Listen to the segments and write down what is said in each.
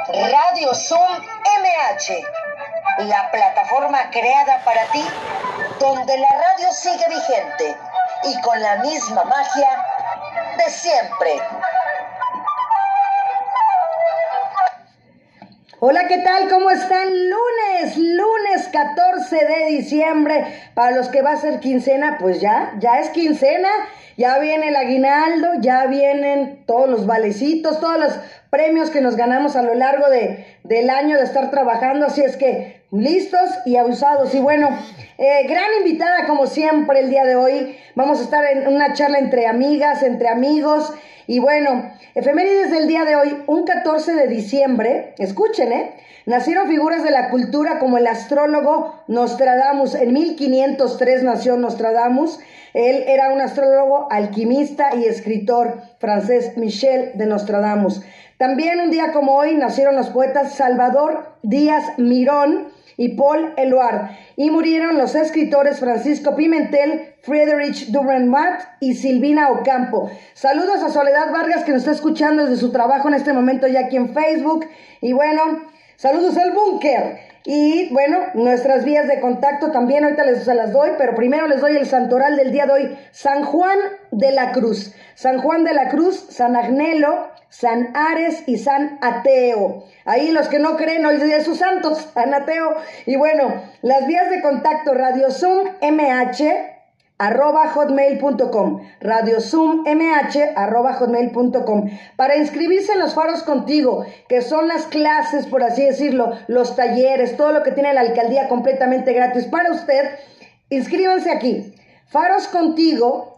Radio Zoom MH, la plataforma creada para ti, donde la radio sigue vigente y con la misma magia de siempre. Hola, ¿qué tal? ¿Cómo están? Lunes 14 de diciembre. Para los que va a ser quincena, pues ya es quincena. Ya viene el aguinaldo, ya vienen todos los valecitos, todos los premios que nos ganamos a lo largo del año de estar trabajando. Así es que listos y abusados. Y bueno, gran invitada como siempre el día de hoy. Vamos a estar en una charla entre amigas, entre amigos. Y bueno, efemérides del día de hoy, un 14 de diciembre, escuchen, nacieron figuras de la cultura como el astrólogo Nostradamus. En 1503 nació Nostradamus. Él era un astrólogo, alquimista y escritor francés, Michel de Nostradamus. También un día como hoy nacieron los poetas Salvador Díaz Mirón y Paul Eluard, y murieron los escritores Francisco Pimentel, Friedrich Dürrenmatt y Silvina Ocampo. Saludos a Soledad Vargas, que nos está escuchando desde su trabajo en este momento ya aquí en Facebook. Y bueno, saludos al búnker. Y bueno, nuestras vías de contacto también ahorita se las doy, pero primero les doy el santoral del día de hoy. San Juan de la Cruz, San Juan de la Cruz, San Agnelo, San Ares y San Ateo. Ahí los que no creen hoy día sus santos, San Ateo. Y bueno, las vías de contacto: Radio Zoom MH @hotmail.com, Radio Zoom MH @hotmail.com. Para inscribirse en los Faros Contigo, que son las clases, por así decirlo, los talleres, todo lo que tiene la alcaldía completamente gratis para usted, inscríbanse aquí, faroscontigo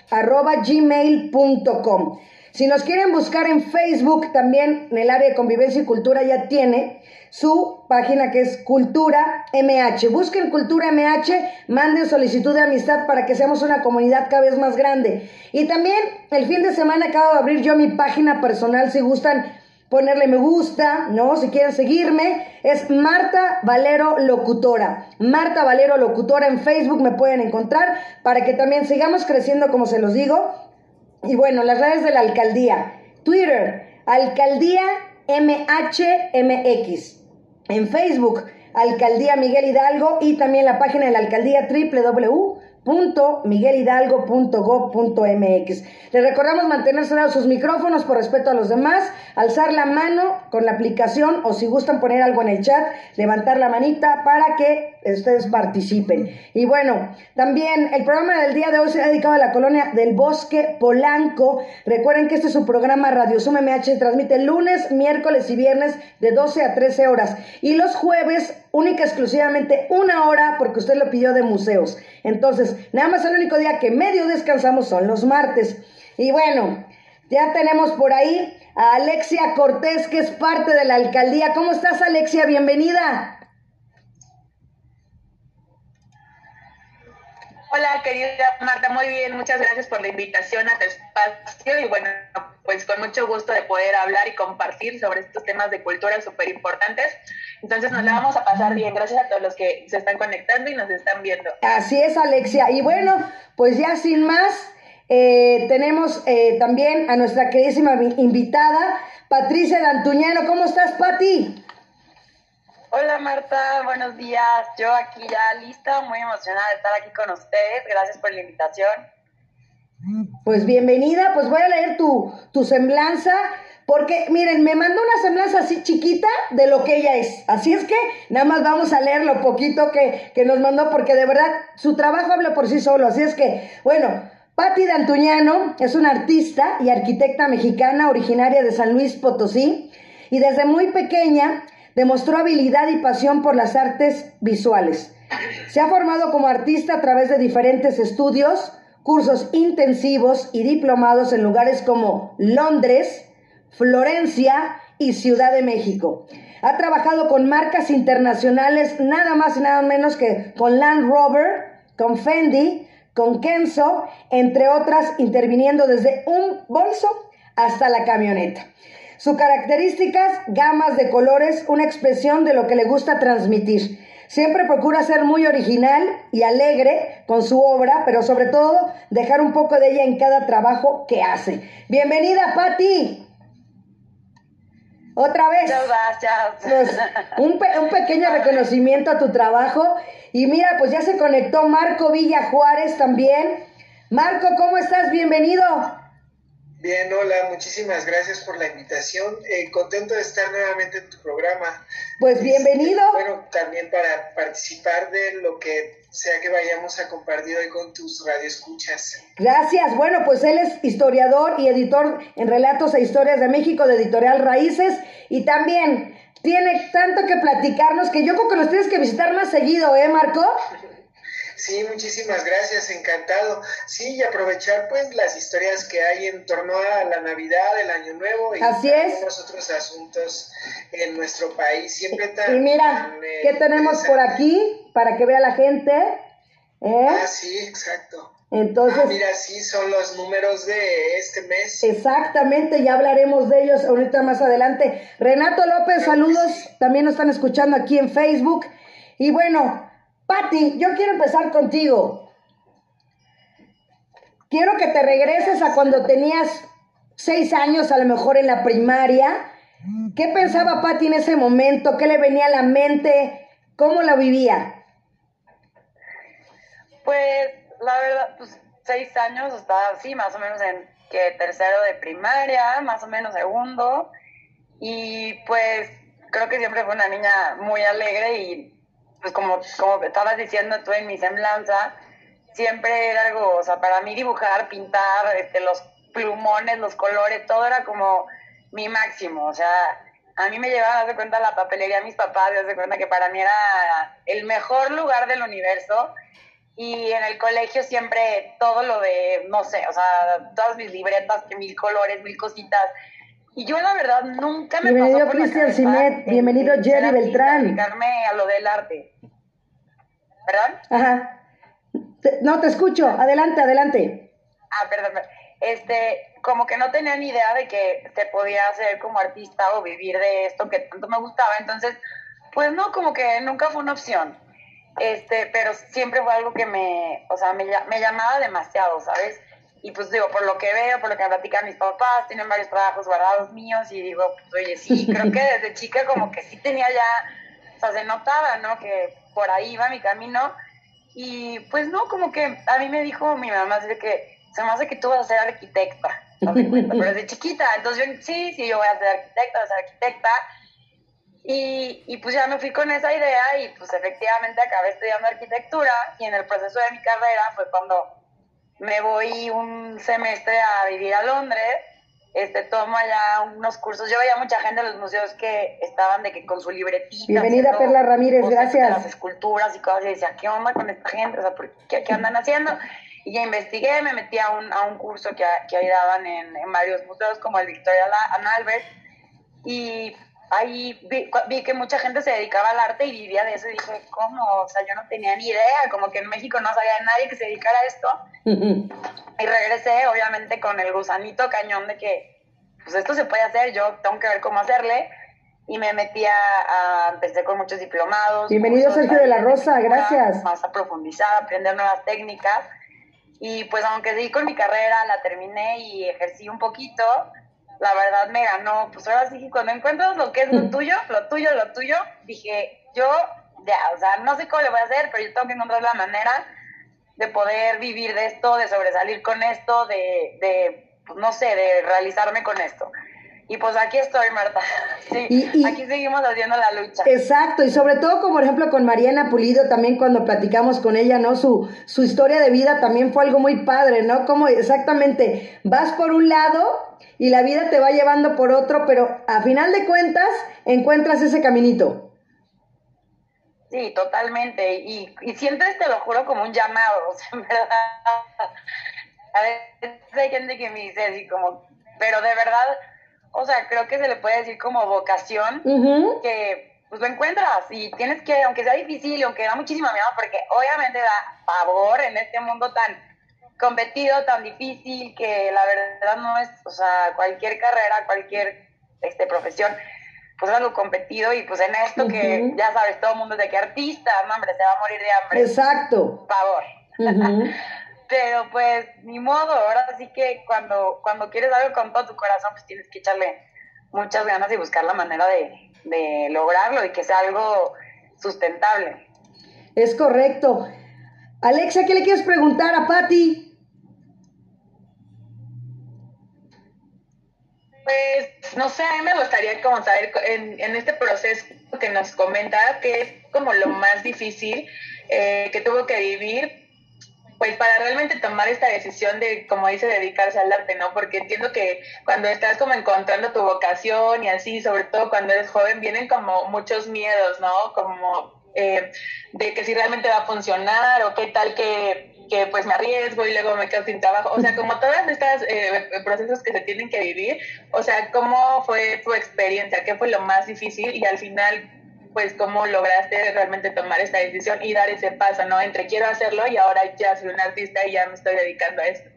@gmail.com. Si nos quieren buscar en Facebook, también en el área de convivencia y cultura ya tiene su página, que es Cultura MH. Busquen Cultura MH, manden solicitud de amistad para que seamos una comunidad cada vez más grande. Y también el fin de semana acabo de abrir yo mi página personal, si gustan ponerle me gusta, ¿no? Si quieren seguirme, es Marta Valero Locutora. Marta Valero Locutora en Facebook me pueden encontrar para que también sigamos creciendo, como se los digo. Y bueno, las redes de la alcaldía: Twitter, Alcaldía MHMX. En Facebook, Alcaldía Miguel Hidalgo, y también la página de la alcaldía www.miguelhidalgo.gov.mx. Les recordamos mantener cerrados sus micrófonos por respeto a los demás, alzar la mano con la aplicación, o si gustan poner algo en el chat, levantar la manita para que ustedes participen. Y bueno, también el programa del día de hoy se ha dedicado a la colonia del Bosque Polanco. Recuerden que este es su programa. Radio Zoom MH transmite lunes, miércoles y viernes de 12 a 13 horas. Y los jueves, única exclusivamente una hora, porque usted lo pidió, de museos. Entonces, nada más el único día que medio descansamos son los martes. Y bueno, ya tenemos por ahí a Alexia Cortés, que es parte de la alcaldía. ¿Cómo estás, Alexia? Bienvenida. Hola, querida Marta, muy bien, muchas gracias por la invitación a tu espacio, y bueno, pues con mucho gusto de poder hablar y compartir sobre estos temas de cultura súper importantes. Entonces nos la vamos a pasar bien. Gracias a todos los que se están conectando y nos están viendo. Así es, Alexia. Y bueno, pues ya sin más, tenemos también a nuestra queridísima invitada, Patricia D'Antuñano. ¿Cómo estás, Pati? Hola, Marta, buenos días. Yo aquí ya lista, muy emocionada de estar aquí con ustedes. Gracias por la invitación. Pues bienvenida. Pues voy a leer tu semblanza, porque miren, me mandó una semblanza así chiquita de lo que ella es. Así es que nada más vamos a leer lo poquito que nos mandó, porque de verdad su trabajo habla por sí solo. Así es que, bueno, Pati D'Antuñano es una artista y arquitecta mexicana originaria de San Luis Potosí, y desde muy pequeña demostró habilidad y pasión por las artes visuales. Se ha formado como artista a través de diferentes estudios, cursos intensivos y diplomados en lugares como Londres, Florencia y Ciudad de México. Ha trabajado con marcas internacionales, nada más y nada menos que con Land Rover, con Fendi, con Kenzo, entre otras, interviniendo desde un bolso hasta la camioneta. Sus características: gamas de colores, una expresión de lo que le gusta transmitir. Siempre procura ser muy original y alegre con su obra, pero sobre todo dejar un poco de ella en cada trabajo que hace. Bienvenida, Pati. Otra vez. Muchas gracias. Pues, un pequeño reconocimiento a tu trabajo. Y mira, pues ya se conectó Marco Villa Juárez también. Marco, ¿cómo estás? Bienvenido. Bien, hola, muchísimas gracias por la invitación. Contento de estar nuevamente en tu programa. Pues bienvenido. Bueno, también para participar de lo que sea que vayamos a compartir hoy con tus radioescuchas. Gracias. Bueno, pues él es historiador y editor en Relatos e Historias de México de Editorial Raíces y también tiene tanto que platicarnos que yo creo que nos tienes que visitar más seguido, ¿eh, Marco? Sí, muchísimas gracias, encantado. Sí, y aprovechar pues las historias que hay en torno a la Navidad, el Año Nuevo y algunos otros asuntos en nuestro país. Siempre tan... Y mira, ¿qué tenemos por aquí para que vea la gente? Sí, exacto. Entonces, mira, sí, son los números de este mes. Exactamente, ya hablaremos de ellos ahorita más adelante. Renato López, saludos, sí. También nos están escuchando aquí en Facebook. Y bueno, Pati, yo quiero empezar contigo. Quiero que te regreses a cuando tenías 6 años, a lo mejor en la primaria. ¿Qué pensaba Pati en ese momento? ¿Qué le venía a la mente? ¿Cómo la vivía? Pues, la verdad, pues 6 años, estaba así, más o menos en tercero de primaria, más o menos segundo. Y pues, creo que siempre fue una niña muy alegre y pues como estabas diciendo tú en mi semblanza, siempre era algo, o sea, para mí dibujar, pintar, los plumones, los colores, todo era como mi máximo, o sea, a mí me llevaban a dar cuenta la papelería a mis papás, de cuenta que para mí era el mejor lugar del universo, y en el colegio siempre todo lo de, no sé, o sea, todas mis libretas, que 1000 colores, 1000 cositas, y yo la verdad nunca me bienvenido pasó por Cristian Sinet, bienvenido Jerry Beltrán. Dedicarme a lo del arte. ¿Perdón? Ajá. No, te escucho. Adelante. Perdón. Como que no tenía ni idea de que se podía hacer como artista o vivir de esto que tanto me gustaba. Entonces, pues no, como que nunca fue una opción. Pero siempre fue algo que me llamaba demasiado, ¿sabes? Y pues digo, por lo que veo, por lo que me platican mis papás, tienen varios trabajos guardados míos y digo, pues oye, sí, creo que desde chica como que sí tenía ya, o sea, se notaba, ¿no? Que por ahí iba mi camino y pues no, como que a mí me dijo mi mamá, así de que se me hace que tú vas a ser arquitecta, ¿no te cuenta? Pero desde chiquita, entonces yo, sí, yo voy a ser arquitecta, y pues ya me fui con esa idea y pues efectivamente acabé estudiando arquitectura y en el proceso de mi carrera fue cuando me voy un semestre a vivir a Londres, tomo allá unos cursos. Yo veía mucha gente en los museos que estaban de que con su libretita. Bienvenida Perla Ramírez, gracias. Las esculturas y cosas, y decía, ¿qué onda con esta gente? O sea, ¿qué andan haciendo? Y ya investigué, me metí a un curso que ahí daban en varios museos, como el Victoria and Albert, y ahí vi que mucha gente se dedicaba al arte y vivía de eso y dije, ¿cómo? O sea, yo no tenía ni idea, como que en México no sabía de nadie que se dedicara a esto. Y regresé, obviamente, con el gusanito cañón de que, pues esto se puede hacer, yo tengo que ver cómo hacerle. Y me metí empecé con muchos diplomados. Bienvenido Sergio de la Rosa, gracias. Más a profundizar, aprender nuevas técnicas. Y pues aunque seguí con mi carrera, la terminé y ejercí un poquito, la verdad me ganó, pues ahora sí que cuando encuentras lo que es lo tuyo, dije, yo ya, o sea, no sé cómo le voy a hacer, pero yo tengo que encontrar la manera de poder vivir de esto, de sobresalir con esto, pues no sé, de realizarme con esto. Y pues aquí estoy, Marta. Sí, aquí seguimos haciendo la lucha. Exacto, y sobre todo, como por ejemplo con Mariana Pulido, también cuando platicamos con ella, ¿no? Su historia de vida también fue algo muy padre, ¿no? Como exactamente, vas por un lado y la vida te va llevando por otro, pero a final de cuentas encuentras ese caminito. Sí, totalmente, y sientes, te lo juro, como un llamado, o sea, en verdad, a veces hay gente que me dice así como, pero de verdad, o sea, creo que se le puede decir como vocación, que pues lo encuentras y tienes que, aunque sea difícil, aunque da muchísima miedo, porque obviamente da pavor en este mundo tan competido, tan difícil, que la verdad no es, o sea, cualquier carrera, cualquier profesión, pues es algo competido, y pues en esto que ya sabes, todo el mundo es de que artista, no, hombre, se va a morir de hambre. Exacto. Pavor. Pero pues ni modo, ahora sí que cuando quieres algo con todo tu corazón, pues tienes que echarle muchas ganas y buscar la manera de lograrlo y que sea algo sustentable. Es correcto. Alexa, ¿qué le quieres preguntar a Patti? Pues, no sé, a mí me gustaría como saber en este proceso que nos comenta, que es como lo más difícil que tuvo que vivir, pues para realmente tomar esta decisión de, como dice, dedicarse al arte, ¿no? Porque entiendo que cuando estás como encontrando tu vocación y así, sobre todo cuando eres joven, vienen como muchos miedos, ¿no? Como de que si realmente va a funcionar o qué tal que pues me arriesgo y luego me quedo sin trabajo, o sea, como todas estas procesos que se tienen que vivir, o sea, ¿cómo fue tu experiencia? ¿Qué fue lo más difícil? Y al final, pues, ¿cómo lograste realmente tomar esta decisión y dar ese paso, ¿no? Entre quiero hacerlo y ahora ya soy un artista y ya me estoy dedicando a esto.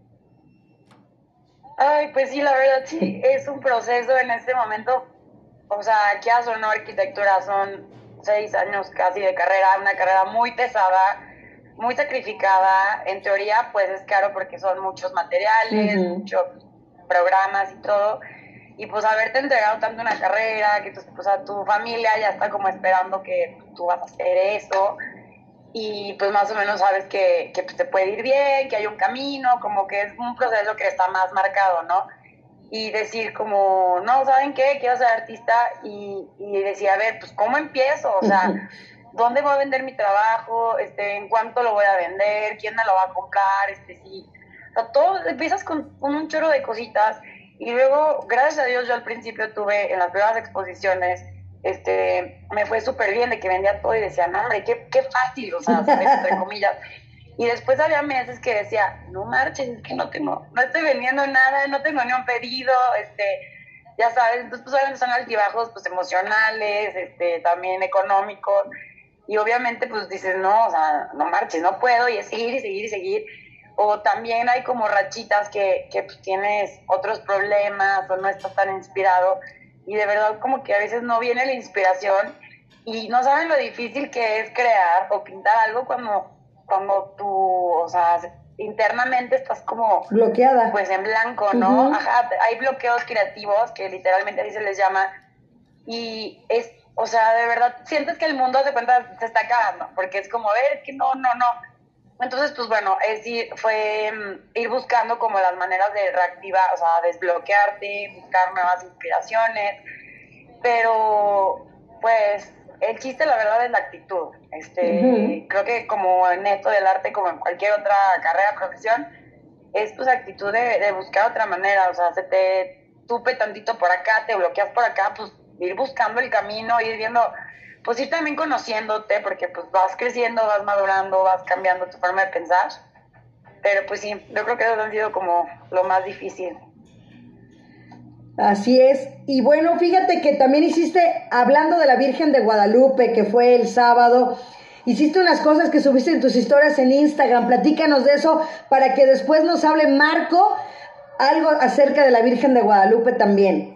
Ay, pues sí, la verdad sí, es un proceso en este momento, o sea, aquí a Sonora Arquitectura son 6 años casi de carrera, una carrera muy pesada, muy sacrificada. En teoría, pues es caro porque son muchos materiales, muchos programas y todo. Y pues haberte entregado tanto una carrera, que tu familia ya está como esperando que tú vas a hacer eso. Y pues más o menos sabes que pues, te puede ir bien, que hay un camino, como que es un proceso que está más marcado, ¿no? Y decir como, no, ¿saben qué? Quiero ser artista y decir, a ver, pues ¿cómo empiezo? O sea, ¿dónde voy a vender mi trabajo? ¿En cuánto lo voy a vender? ¿Quién me lo va a comprar? Sí. O sea, todo, empiezas con un chorro de cositas y luego, gracias a Dios, yo al principio tuve en las primeras exposiciones, me fue súper bien de que vendía todo y decía, no, hombre, qué fácil, o sea, entre comillas. Y después había meses que decía, no marches, es que no estoy vendiendo nada, no tengo ni un pedido, ya sabes, entonces pues obviamente son altibajos pues emocionales, también económicos, y obviamente pues dices, no, o sea, no marches, no puedo, y es seguir y seguir y seguir. O también hay como rachitas que pues tienes otros problemas o no estás tan inspirado, y de verdad como que a veces no viene la inspiración y no saben lo difícil que es crear o pintar algo cuando tú, o sea, internamente estás como bloqueada, pues en blanco, ¿no? Ajá, hay bloqueos creativos que literalmente así se les llama y es, o sea, de verdad sientes que el mundo de cuenta se está acabando porque es como, a ver, que no. Entonces, pues bueno, fue ir buscando como las maneras de reactivar, o sea, desbloquearte, buscar nuevas inspiraciones, pero pues el chiste la verdad es la actitud. Creo que como en esto del arte, como en cualquier otra carrera, profesión, es pues actitud de buscar otra manera, o sea, se te tupe tantito por acá, te bloqueas por acá, pues ir buscando el camino, ir viendo, pues ir también conociéndote, porque pues vas creciendo, vas madurando, vas cambiando tu forma de pensar, pero pues sí, yo creo que eso ha sido como lo más difícil. Así es, y bueno, fíjate que también hiciste, hablando de la Virgen de Guadalupe, que fue el sábado, hiciste unas cosas que subiste en tus historias en Instagram, platícanos de eso, para que después nos hable Marco algo acerca de la Virgen de Guadalupe también.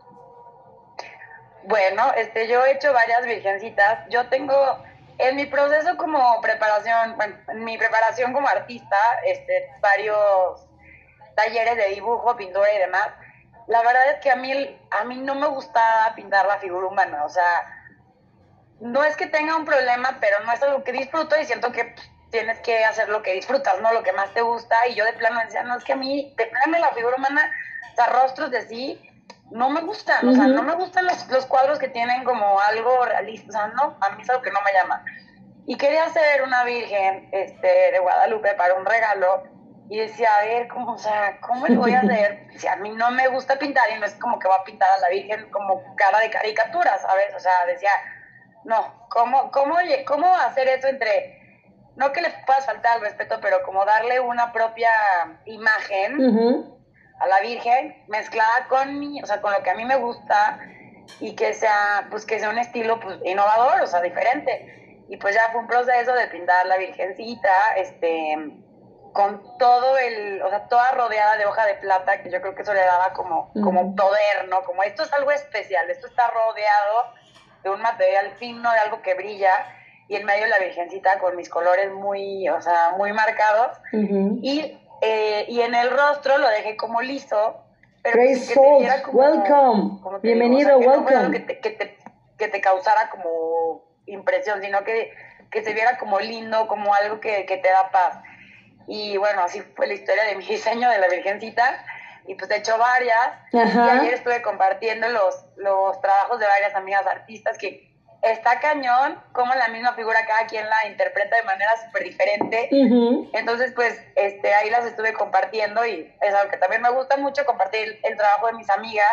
Bueno, yo he hecho varias virgencitas. Yo tengo, en mi proceso como preparación, bueno, en mi preparación como artista, varios talleres de dibujo, pintura y demás. La verdad es que a mí no me gusta pintar la figura humana, o sea, no es que tenga un problema, pero no es algo que disfruto y siento que tienes que hacer lo que disfrutas, no lo que más te gusta. Y yo de plano decía, no, es que a mí, de plano la figura humana, o sea, rostros de sí, no me gustan, o sea, no me gustan los cuadros que tienen como algo realista, o sea, no, a mí es algo que no me llama. Y quería hacer una virgen de Guadalupe para un regalo, y decía, a ver, ¿cómo le voy a hacer? Si a mí no me gusta pintar, y no es como que voy a pintar a la virgen como cara de caricatura, ¿sabes? O sea, decía, no, ¿cómo hacer eso entre, no que le puedas faltar al respeto, pero como darle una propia imagen a la Virgen, mezclada con con lo que a mí me gusta, y que sea un estilo pues innovador, o sea, diferente. Y pues ya fue un proceso de pintar la Virgencita, con todo o sea, toda rodeada de hoja de plata, que yo creo que eso le daba como poder, ¿no? Como esto es algo especial, esto está rodeado de un material fino, de algo que brilla, y en medio la Virgencita con mis colores muy marcados, y en el rostro lo dejé como liso, Pero Praise Hold, welcome, bienvenido, digo, o sea, welcome. No que te causara como impresión, sino que se viera como lindo, como algo que te da paz. Y bueno, así fue la historia de mi diseño de la Virgencita, y pues he hecho varias. Ajá. Y ayer estuve compartiendo los trabajos de varias amigas artistas, que está cañón como la misma figura cada quien la interpreta de manera súper diferente. Uh-huh. Entonces pues ahí las estuve compartiendo, y es algo que también me gusta mucho, compartir el trabajo de mis amigas.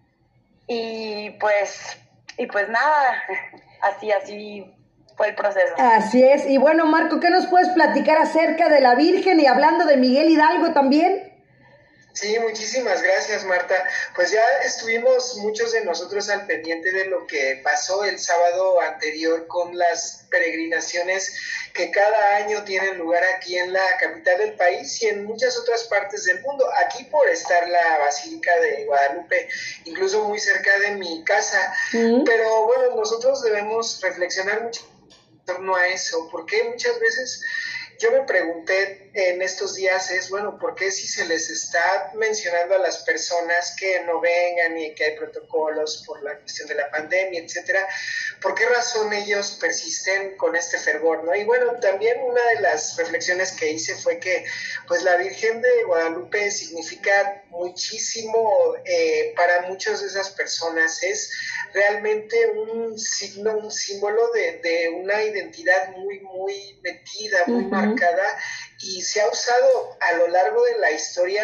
Y pues nada, así fue el proceso. Así es. Y bueno, Marco, ¿qué nos puedes platicar acerca de la Virgen y hablando de Miguel Hidalgo también? Sí, muchísimas gracias, Marta. Pues ya estuvimos muchos de nosotros al pendiente de lo que pasó el sábado anterior con las peregrinaciones que cada año tienen lugar aquí en la capital del país y en muchas otras partes del mundo. Aquí por estar la Basílica de Guadalupe, incluso muy cerca de mi casa. Pero bueno, nosotros debemos reflexionar mucho en torno a eso, porque muchas veces yo me pregunté en estos días bueno, ¿por qué si se les está mencionando a las personas que no vengan y que hay protocolos por la cuestión de la pandemia, etcétera? ¿Por qué razón ellos persisten con este fervor, no? Y bueno, también una de las reflexiones que hice fue que pues la Virgen de Guadalupe significa muchísimo para muchas de esas personas. Es realmente un signo, un símbolo de una identidad muy, muy metida, muy marcada, y se ha usado a lo largo de la historia,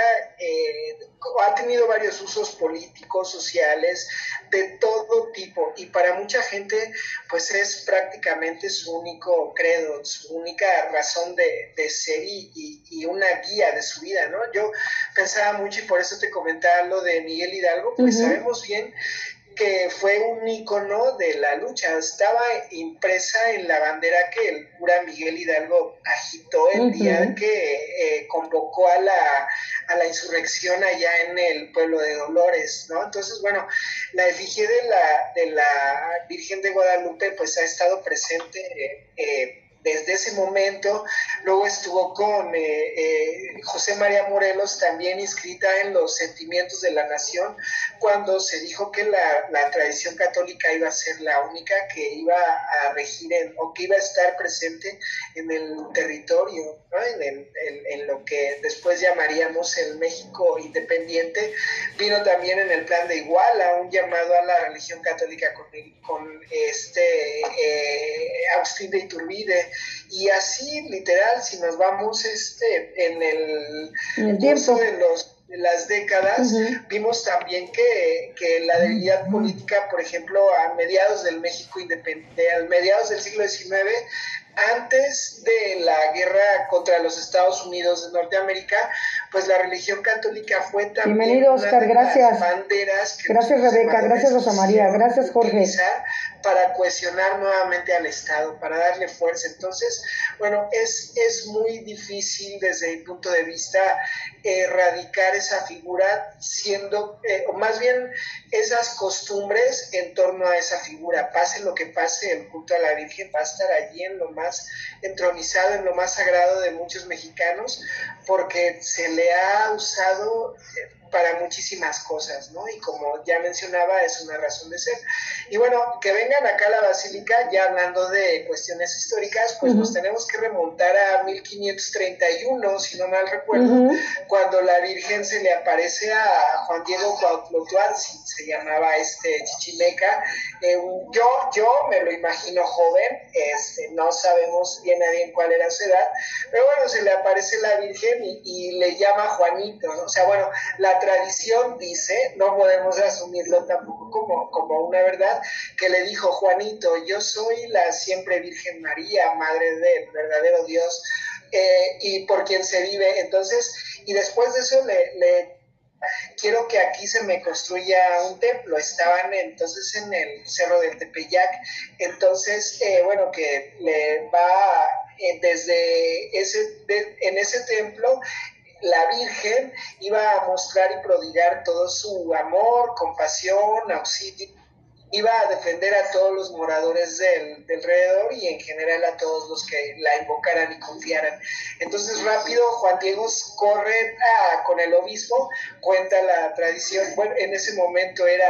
ha tenido varios usos políticos, sociales, de todo tipo, y para mucha gente pues es prácticamente su único credo, su única razón de ser y una guía de su vida, ¿no? Yo pensaba mucho, y por eso te comentaba lo de Miguel Hidalgo, pues sabemos bien que fue un ícono de la lucha, estaba impresa en la bandera que el cura Miguel Hidalgo agitó el día que convocó a la insurrección allá en el pueblo de Dolores, ¿no? Entonces, bueno, la efigie de la Virgen de Guadalupe pues ha estado presente desde ese momento. Luego estuvo con José María Morelos, también inscrita en los Sentimientos de la Nación, cuando se dijo que la tradición católica iba a ser la única que iba a regir o que iba a estar presente en el territorio, ¿no? en lo que después llamaríamos el México independiente. Vino también en el plan de Iguala un llamado a la religión católica con Agustín de Iturbide, y así literal, si nos vamos en el curso de las décadas, vimos también que la debilidad política, por ejemplo, a mediados del México independiente, a mediados del siglo XIX, antes de la guerra contra los Estados Unidos de Norteamérica, pues la religión católica fue también bienvenido, Oscar, una de gracias. las banderas que gracias, Rebeca, gracias, Rosa María, gracias, Jorge, para cohesionar nuevamente al Estado, para darle fuerza. Entonces, bueno, es muy difícil desde mi punto de vista erradicar esa figura, siendo, o más bien esas costumbres en torno a esa figura. Pase lo que pase, el culto a la Virgen va a estar allí en lo más entronizado, en lo más sagrado de muchos mexicanos, porque se le ha usado para muchísimas cosas, ¿no? Y como ya mencionaba, es una razón de ser. Y bueno, que vengan acá a la Basílica, ya hablando de cuestiones históricas, pues nos tenemos que remontar a 1531, si no mal recuerdo, cuando la Virgen se le aparece a Juan Diego Cuautlotuán, se llamaba Chichimeca. Yo me lo imagino joven, no sabemos bien a bien cuál era su edad, pero bueno, se le aparece la Virgen y le llama Juanito, ¿no? O sea, bueno, la tradición dice, no podemos asumirlo tampoco como una verdad, que le dijo: Juanito, yo soy la siempre Virgen María, madre del verdadero Dios, y por quien se vive. Entonces, y después de eso quiero que aquí se me construya un templo. Estaban entonces en el Cerro del Tepeyac, entonces bueno, que le va desde en ese templo la Virgen iba a mostrar y prodigar todo su amor, compasión, auxilio iba a defender a todos los moradores del alrededor y en general a todos los que la invocaran y confiaran. Entonces rápido Juan Diego corre con el obispo, cuenta la tradición, bueno, en ese momento era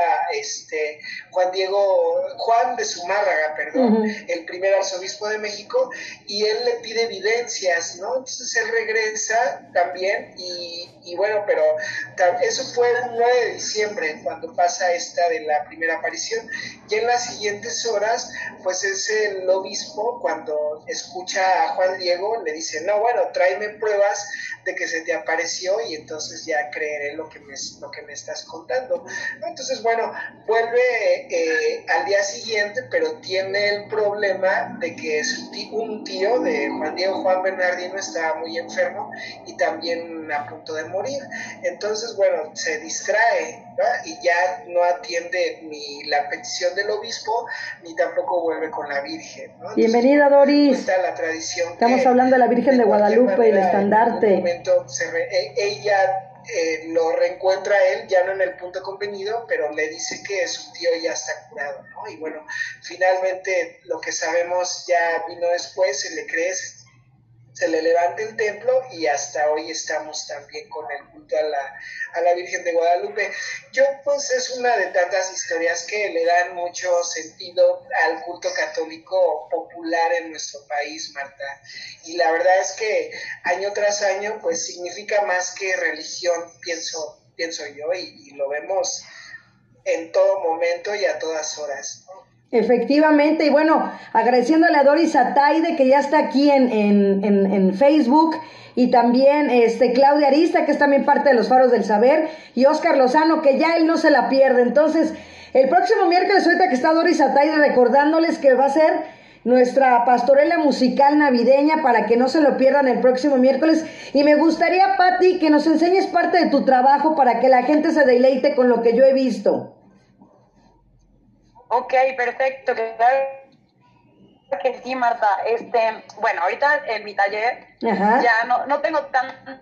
Juan de Zumárraga, el primer arzobispo de México, y él le pide evidencias, ¿no? Entonces él regresa también y bueno, pero eso fue el 9 de diciembre cuando pasa esta de la primera aparición, y en las siguientes horas pues es el obispo cuando escucha a Juan Diego le dice, no, bueno, tráeme pruebas de que se te apareció y entonces ya creeré lo que me estás contando. Entonces bueno, vuelve al día siguiente, pero tiene el problema de que un tío de Juan Diego, Juan Bernardino, estaba muy enfermo y también a punto de morir. Entonces bueno, se distrae, ¿no? Y ya no atiende ni la petición del obispo ni tampoco vuelve con la Virgen, ¿no? Entonces, bienvenida, Doris. La tradición estamos hablando de la Virgen de Guadalupe y el estandarte. En un momento ella lo reencuentra a él, ya no en el punto convenido, pero le dice que su tío ya está curado, ¿no? Y bueno, finalmente lo que sabemos ya vino después, se le cree, se le levanta el templo y hasta hoy estamos también con el culto a la Virgen de Guadalupe. Pues es una de tantas historias que le dan mucho sentido al culto católico popular en nuestro país, Marta. Y la verdad es que año tras año pues significa más que religión, pienso yo, y lo vemos en todo momento y a todas horas, ¿no? Efectivamente, y bueno, agradeciéndole a Doris Ataide, que ya está aquí en Facebook, y también Claudia Arista, que es también parte de los Faros del Saber, y Oscar Lozano, que ya él no se la pierde. Entonces, el próximo miércoles, ahorita que está Doris Ataide, recordándoles que va a ser nuestra pastorela musical navideña, para que no se lo pierdan el próximo miércoles. Y me gustaría, Pati, que nos enseñes parte de tu trabajo para que la gente se deleite con lo que yo he visto. Ok, perfecto, claro que sí, Marta. Bueno, ahorita en mi taller ya no tengo tanta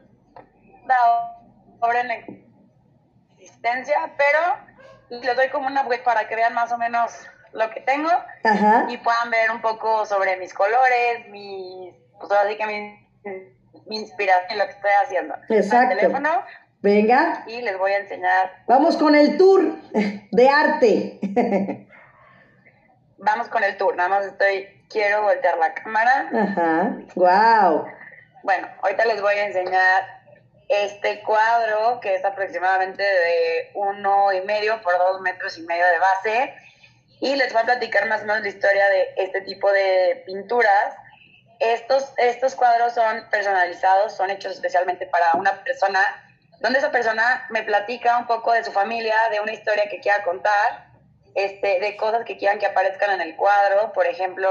obra en existencia, pero les doy como una web para que vean más o menos lo que tengo y puedan ver un poco sobre mis colores, pues ahora sí que mi inspiración en lo que estoy haciendo. Exacto. Al teléfono. Venga. Y les voy a enseñar. Vamos con el tour de arte. Vamos con el tour, nada más quiero voltear la cámara. Wow. Bueno, ahorita les voy a enseñar este cuadro que es aproximadamente de 1.5 por 2,5 metros de base, y les voy a platicar más o menos la historia de este tipo de pinturas. Estos cuadros son personalizados, son hechos especialmente para una persona, donde esa persona me platica un poco de su familia, de una historia que quiera contar, de cosas que quieran que aparezcan en el cuadro. Por ejemplo,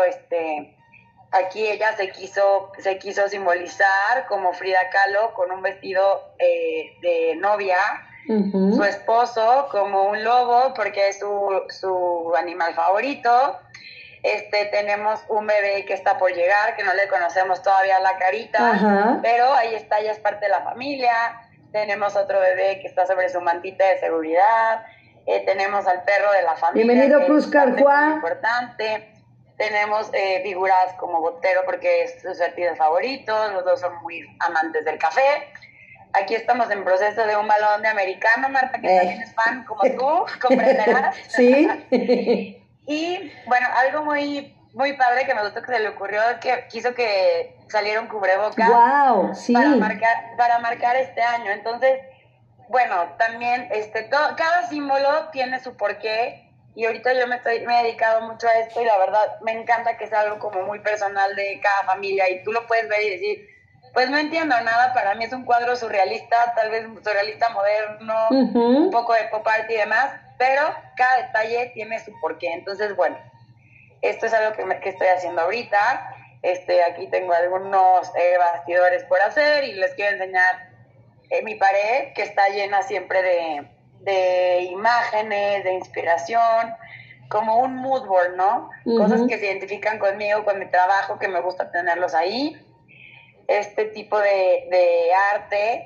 aquí ella se quiso simbolizar como Frida Kahlo con un vestido de novia, su esposo como un lobo porque es su animal favorito. Tenemos un bebé que está por llegar, que no le conocemos todavía la carita, pero ahí está, ya es parte de la familia. Tenemos otro bebé que está sobre su mantita de seguridad. Tenemos al perro de la familia. Bienvenido, Cruz Carjuá. Muy importante. Tenemos figuras como Botero porque es su artista favorito. Los dos son muy amantes del café. Aquí estamos en proceso de un balón de americano, Marta, que también es fan como tú, comprenderás. Sí. Y bueno, algo muy, muy padre que me gustó que se le ocurrió es que quiso que saliera un cubrebocas. Wow, sí. para marcar este año. Entonces, bueno, también cada símbolo tiene su porqué, y ahorita yo me he dedicado mucho a esto, y la verdad me encanta que sea algo como muy personal de cada familia, y tú lo puedes ver y decir, pues no entiendo nada, para mí es un cuadro surrealista, tal vez surrealista moderno, un poco de pop art y demás, pero cada detalle tiene su porqué. Entonces, bueno, esto es algo que estoy haciendo ahorita. Aquí tengo algunos bastidores por hacer, y les quiero enseñar mi pared, que está llena siempre de imágenes, de inspiración, como un mood board, ¿no? Cosas que se identifican conmigo, con mi trabajo, que me gusta tenerlos ahí. Este tipo de arte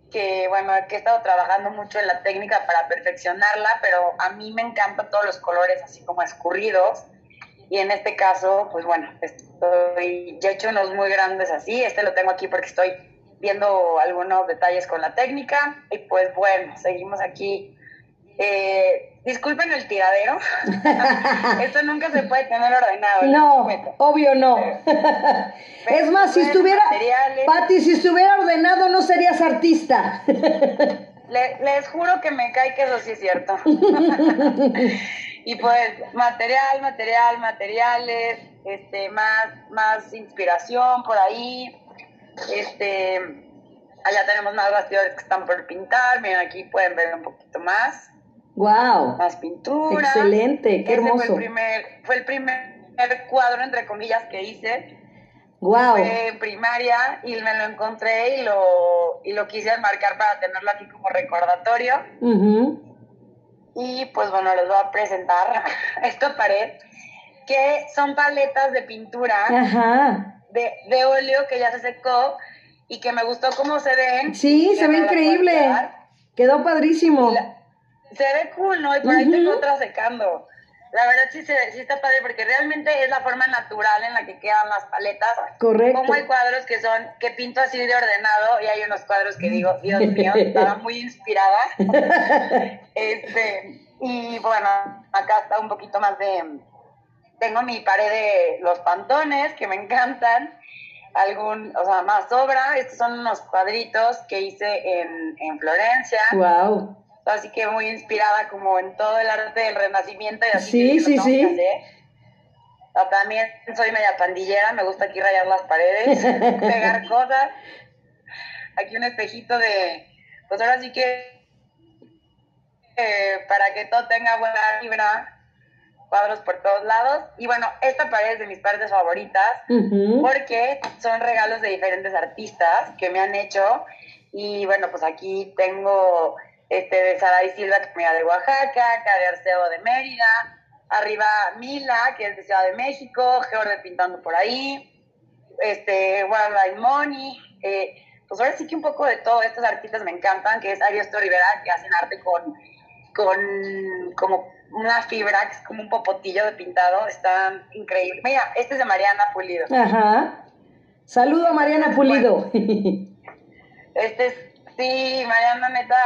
bueno, que he estado trabajando mucho en la técnica para perfeccionarla, pero a mí me encantan todos los colores así como escurridos. Y en este caso, pues bueno, ya he hecho unos muy grandes así. Este lo tengo aquí porque estoy viendo algunos detalles con la técnica. Y pues bueno, seguimos aquí. Disculpen el tiradero. Esto nunca se puede tener ordenado. No, obvio no. Es más, si estuviera, Pati, si estuviera ordenado no serías artista. Les juro que me cae que eso sí es cierto. Y pues materiales, más inspiración por ahí. Allá tenemos más bastidores que están por pintar. Miren, aquí pueden ver un poquito más. Wow. Más pintura. Excelente, qué hermoso. Fue el primer cuadro, entre comillas, que hice. Wow. Fue en primaria y me lo encontré y lo quise enmarcar para tenerlo aquí como recordatorio. Y pues bueno, les voy a presentar esta pared, que son paletas de pintura de óleo que ya se secó y que me gustó cómo se ven. Sí, se ve increíble. Quedó padrísimo. Se ve cool, ¿no? Y por ahí tengo otra secando. La verdad sí está padre porque realmente es la forma natural en la que quedan las paletas. Correcto. Como hay cuadros que pinto así de ordenado y hay unos cuadros que digo, Dios mío, estaba muy inspirada. Y bueno, acá está un poquito más tengo mi pared de los pantones que me encantan. Más obra. Estos son unos cuadritos que hice en Florencia. Wow. Así que muy inspirada como en todo el arte del Renacimiento y así. Sí. También soy media pandillera, me gusta aquí rayar las paredes, pegar cosas. Aquí un espejito pues ahora sí que para que todo tenga buena vibra, cuadros por todos lados. Y bueno, esta pared es de mis paredes favoritas porque son regalos de diferentes artistas que me han hecho. Y bueno, pues aquí tengo de Saray Silva, que me de Oaxaca, acá de Arceo de Mérida, arriba Mila, que es de Ciudad de México, George pintando por ahí, Wildlife Money, pues ahora sí que un poco de todo. Estos artistas me encantan, que es Ariosto Rivera, que hacen arte con como una fibra, que es como un popotillo de pintado, está increíble. Mira, este es de Mariana Pulido. Saludo a Mariana Pulido. Bueno, sí, Mariana, neta,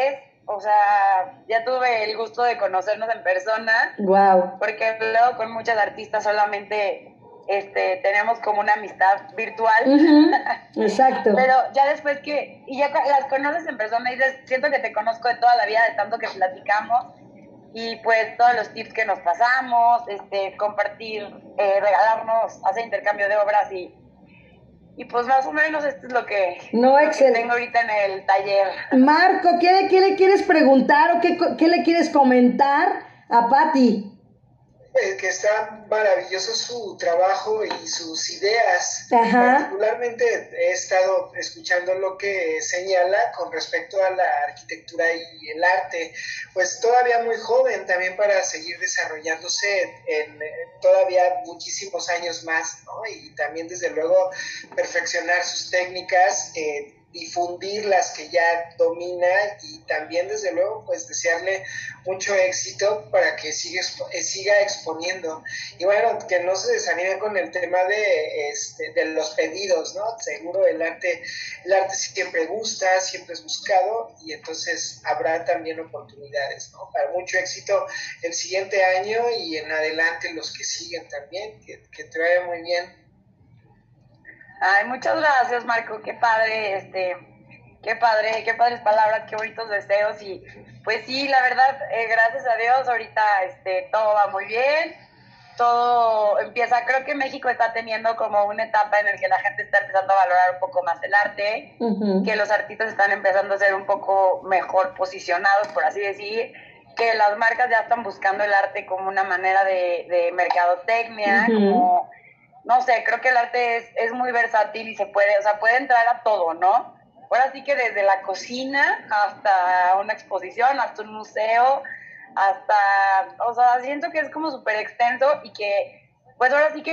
ya tuve el gusto de conocernos en persona. Wow. Porque luego con muchas artistas solamente tenemos como una amistad virtual. Exacto. Pero ya después ya las conoces en persona y dices, siento que te conozco de toda la vida, de tanto que platicamos. Y pues todos los tips que nos pasamos, compartir, regalarnos, hacer intercambio de obras y pues más o menos esto es lo que tengo ahorita en el taller. Marco, ¿qué le quieres preguntar o qué le quieres comentar a Pati? Que está maravilloso su trabajo y sus ideas. Particularmente he estado escuchando lo que señala con respecto a la arquitectura y el arte, pues todavía muy joven también para seguir desarrollándose en todavía muchísimos años más, ¿no? Y también desde luego perfeccionar sus técnicas, difundir las que ya domina y también desde luego pues desearle mucho éxito para que siga exponiendo y bueno, que no se desanime con el tema de los pedidos, ¿no? Seguro el arte siempre gusta, siempre es buscado y entonces habrá también oportunidades, ¿no? Para mucho éxito el siguiente año y en adelante los que siguen también, que te vaya muy bien. Ay, muchas gracias, Marco, qué padre, qué padres palabras, qué bonitos deseos y pues sí, la verdad, gracias a Dios, ahorita todo va muy bien, todo empieza, creo que México está teniendo como una etapa en la que la gente está empezando a valorar un poco más el arte, que los artistas están empezando a ser un poco mejor posicionados, por así decir, que las marcas ya están buscando el arte como una manera de mercadotecnia, como... No sé, creo que el arte es muy versátil y puede entrar a todo, ¿no? Ahora sí que desde la cocina hasta una exposición, hasta un museo, siento que es como súper extenso y que, pues ahora sí que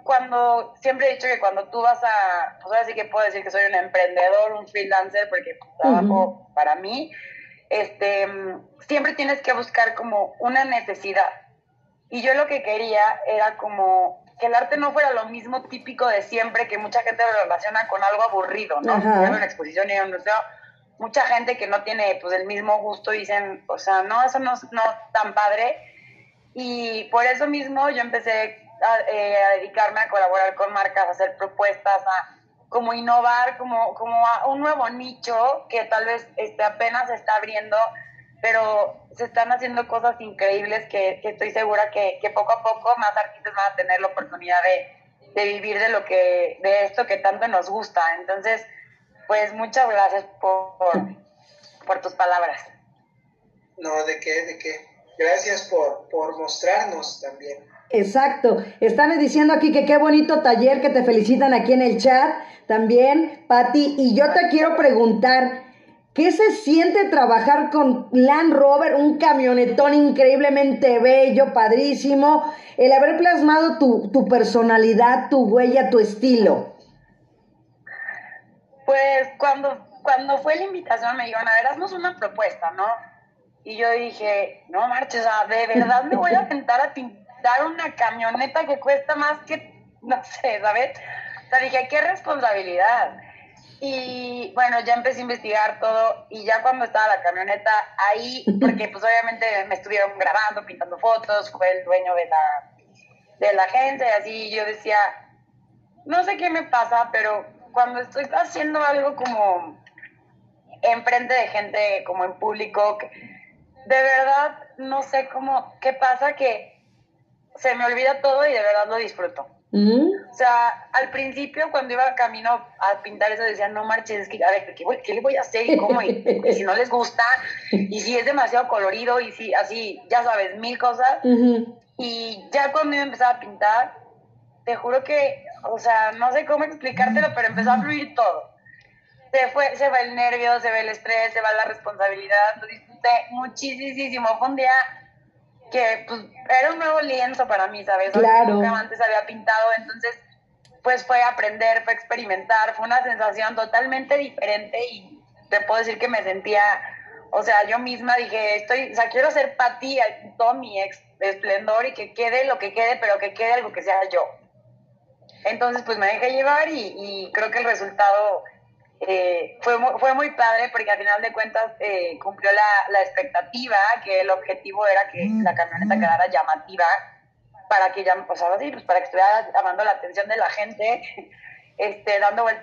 cuando, siempre he dicho que cuando tú vas a, pues ahora sí que puedo decir que soy un emprendedor, un freelancer, porque trabajo para mí, siempre tienes que buscar como una necesidad. Y yo lo que quería era como que el arte no fuera lo mismo típico de siempre, que mucha gente lo relaciona con algo aburrido, ¿no? En una exposición y en un museo, mucha gente que no tiene pues el mismo gusto dicen, o sea, no, eso no tan padre. Y por eso mismo yo empecé a dedicarme a colaborar con marcas, a hacer propuestas, a como innovar, como a un nuevo nicho que tal vez apenas se está abriendo, pero se están haciendo cosas increíbles que estoy segura que poco a poco más artistas van a tener la oportunidad de vivir de esto que tanto nos gusta. Entonces, pues muchas gracias por tus palabras. No, ¿de qué? Gracias por mostrarnos también. Exacto. Están diciendo aquí que qué bonito taller, que te felicitan aquí en el chat también, Pati. Y yo te quiero preguntar, ¿qué se siente trabajar con Land Rover, un camionetón increíblemente bello, padrísimo, el haber plasmado tu personalidad, tu huella, tu estilo? Pues cuando fue la invitación me dijeron, a ver, haznos una propuesta, ¿no? Y yo dije, no marches, o sea, de verdad me voy a aventar a pintar una camioneta que cuesta más que, no sé, ¿sabes? O sea, dije, qué responsabilidad. Y bueno, ya empecé a investigar todo y ya cuando estaba la camioneta ahí, porque pues obviamente me estuvieron grabando, pintando fotos, fue el dueño de la agencia y así, yo decía, no sé qué me pasa, pero cuando estoy haciendo algo como enfrente de gente, como en público, de verdad no sé qué pasa, que se me olvida todo y de verdad lo disfruto. O sea, al principio cuando iba camino a pintar eso decía, no marches, es que a ver, ¿qué le voy a hacer y cómo? Y si no les gusta, y si es demasiado colorido, y si así, ya sabes, mil cosas. Y ya cuando iba a empezar a pintar, te juro que, o sea, no sé cómo explicártelo, pero empezó a fluir todo. Se va el nervio, se va el estrés, se va la responsabilidad, lo disfruté muchísimo. Fue un día que pues era un nuevo lienzo para mí, ¿sabes? Claro. Nunca antes había pintado, entonces pues fue aprender, fue experimentar, fue una sensación totalmente diferente y te puedo decir que me sentía, o sea, yo misma dije, quiero ser Pati todo mi esplendor y que quede lo que quede, pero que quede algo que sea yo. Entonces pues me dejé llevar y creo que el resultado fue muy padre, porque al final de cuentas cumplió la expectativa, que el objetivo era que la camioneta quedara llamativa para que para que estuviera llamando la atención de la gente, dando vueltas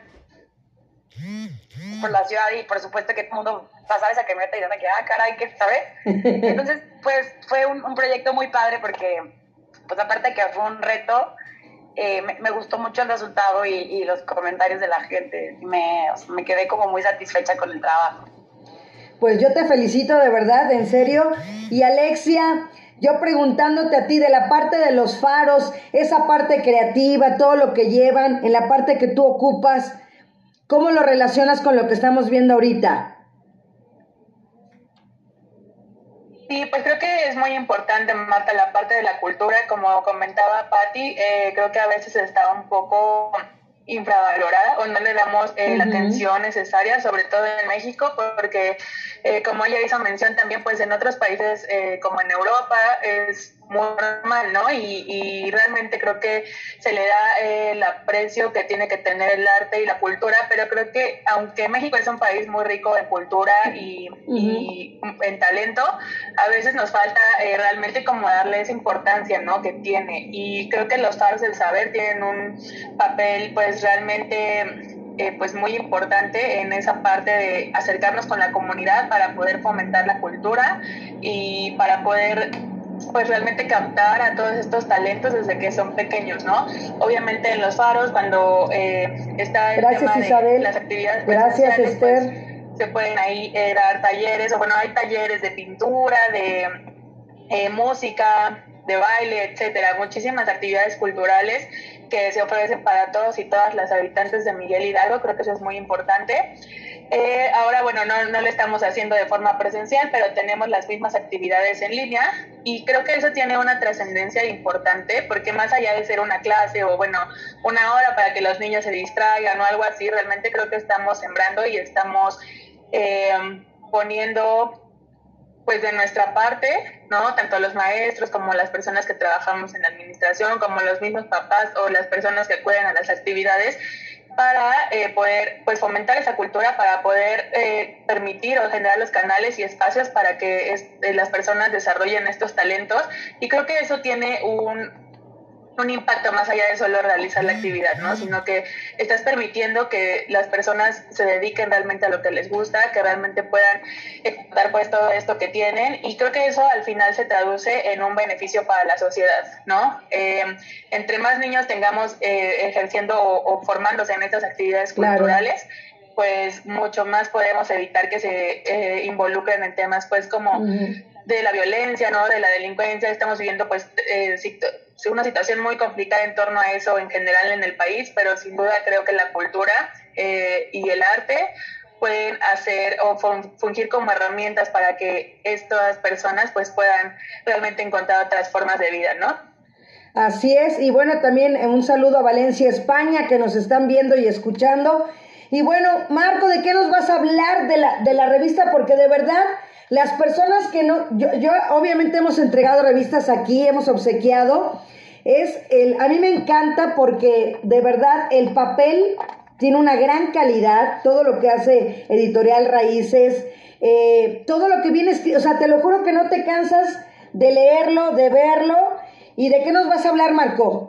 por la ciudad, y por supuesto que todo el mundo pasaba esa camioneta y diciendo que caray, ¿qué sabes? Entonces pues fue un proyecto muy padre, porque pues aparte que fue un reto, me gustó mucho el resultado y los comentarios de la gente. Me quedé como muy satisfecha con el trabajo. Pues yo te felicito de verdad, en serio. Y Alexia, yo preguntándote a ti de la parte de los faros, esa parte creativa, todo lo que llevan, en la parte que tú ocupas, ¿cómo lo relacionas con lo que estamos viendo ahorita? Sí, pues creo que es muy importante, Marta, la parte de la cultura, como comentaba Patti, creo que a veces está un poco infravalorada o no le damos la atención necesaria, sobre todo en México, porque como ella hizo mención también, pues en otros países como en Europa es muy normal, ¿no? Y realmente creo que se le da el aprecio que tiene que tener el arte y la cultura, pero creo que aunque México es un país muy rico en cultura y en talento, a veces nos falta realmente como darle esa importancia, ¿no?, que tiene. Y creo que los faros del saber tienen un papel pues realmente pues muy importante en esa parte de acercarnos con la comunidad para poder fomentar la cultura y para poder pues realmente captar a todos estos talentos desde que son pequeños, ¿no? Obviamente en los faros, cuando está el tema de las actividades presenciales, pues se pueden ahí dar talleres, o bueno, hay talleres de pintura, de música, de baile, etcétera, muchísimas actividades culturales que se ofrecen para todos y todas las habitantes de Miguel Hidalgo. Creo que eso es muy importante. Ahora, bueno, no lo estamos haciendo de forma presencial, pero tenemos las mismas actividades en línea y creo que eso tiene una trascendencia importante porque más allá de ser una clase o, bueno, una hora para que los niños se distraigan o algo así, realmente creo que estamos sembrando y estamos poniendo pues de nuestra parte, ¿no? Tanto los maestros como las personas que trabajamos en la administración, como los mismos papás o las personas que acuden a las actividades, para poder pues fomentar esa cultura, para poder permitir o generar los canales y espacios para que las personas desarrollen estos talentos. Y creo que eso tiene un impacto más allá de solo realizar la actividad, ¿no? Sino que estás permitiendo que las personas se dediquen realmente a lo que les gusta, que realmente puedan explotar pues todo esto que tienen, y creo que eso al final se traduce en un beneficio para la sociedad, ¿no? Entre más niños tengamos ejerciendo o formándose en estas actividades culturales, pues mucho más podemos evitar que se involucren en temas pues como de la violencia, ¿no? De la delincuencia. Estamos viviendo pues una situación muy complicada en torno a eso en general en el país, pero sin duda creo que la cultura y el arte pueden hacer o fungir como herramientas para que estas personas pues puedan realmente encontrar otras formas de vida, ¿no? Así es, y bueno, también un saludo a Valencia, España, que nos están viendo y escuchando. Y bueno, Marco, ¿de qué nos vas a hablar de la revista? Porque de verdad, las personas que no, yo obviamente hemos entregado revistas aquí, hemos obsequiado, a mí me encanta porque de verdad el papel tiene una gran calidad, todo lo que hace Editorial Raíces, todo lo que viene, o sea, te lo juro que no te cansas de leerlo, de verlo. ¿Y de qué nos vas a hablar, Marco?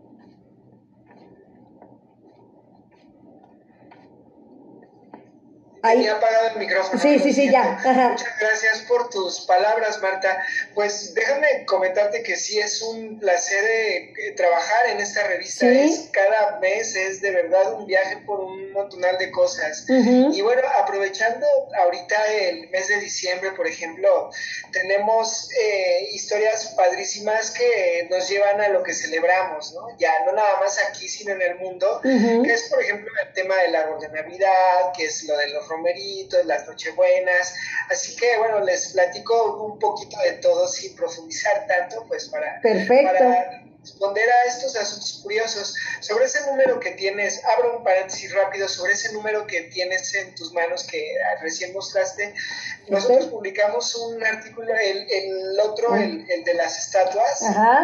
Tenía apagado el micrófono. Sí, ya. Ajá. Muchas gracias por tus palabras, Marta. Pues déjame comentarte que sí es un placer trabajar en esta revista. ¿Sí? Cada mes es de verdad un viaje por un montonal de cosas. Y bueno, aprovechando ahorita el mes de diciembre, por ejemplo, tenemos historias padrísimas que nos llevan a lo que celebramos, ¿no? Ya no nada más aquí, sino en el mundo, que es, por ejemplo, el tema del árbol de Navidad, que es lo de los romeritos, las nochebuenas. Así que bueno, les platico un poquito de todo sin profundizar tanto, pues para responder a estos asuntos curiosos. Sobre ese número que tienes, abro un paréntesis rápido, sobre ese número que tienes en tus manos que recién mostraste, nosotros publicamos un artículo, el otro, el de las estatuas.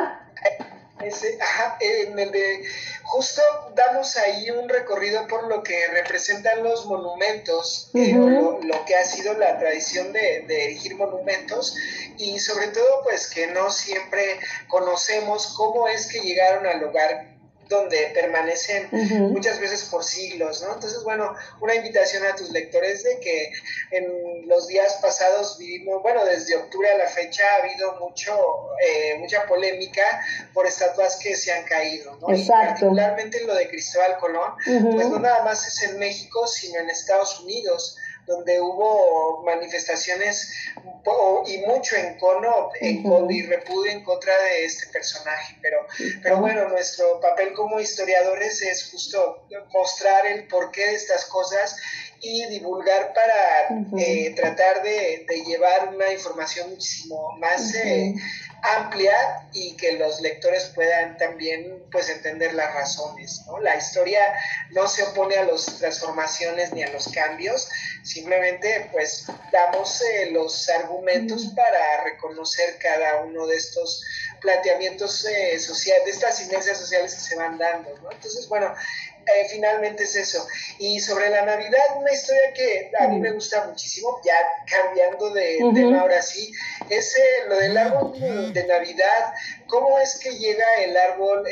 En el de justo damos ahí un recorrido por lo que representan los monumentos, lo que ha sido la tradición de erigir monumentos, y sobre todo pues que no siempre conocemos cómo es que llegaron al lugar donde permanecen muchas veces por siglos, ¿no? Entonces, bueno, una invitación a tus lectores de que en los días pasados vivimos, bueno, desde octubre a la fecha ha habido mucha polémica por estatuas que se han caído, ¿no? Exacto. Y particularmente lo de Cristóbal Colón, pues no nada más es en México, sino en Estados Unidos, donde hubo manifestaciones y mucho encono y repudio en contra de este personaje, pero bueno, nuestro papel como historiadores es justo mostrar el porqué de estas cosas y divulgar para tratar de llevar una información muchísimo más amplia y que los lectores puedan también pues entender las razones, ¿no? La historia no se opone a las transformaciones ni a los cambios, simplemente pues damos los argumentos para reconocer cada uno de estos planteamientos sociales, de estas inercias sociales que se van dando, ¿no? Entonces, bueno, finalmente es eso. Y sobre la Navidad, una historia que a mí me gusta muchísimo, ya cambiando de tema ahora sí, es lo del árbol de Navidad. ¿Cómo es que llega el árbol,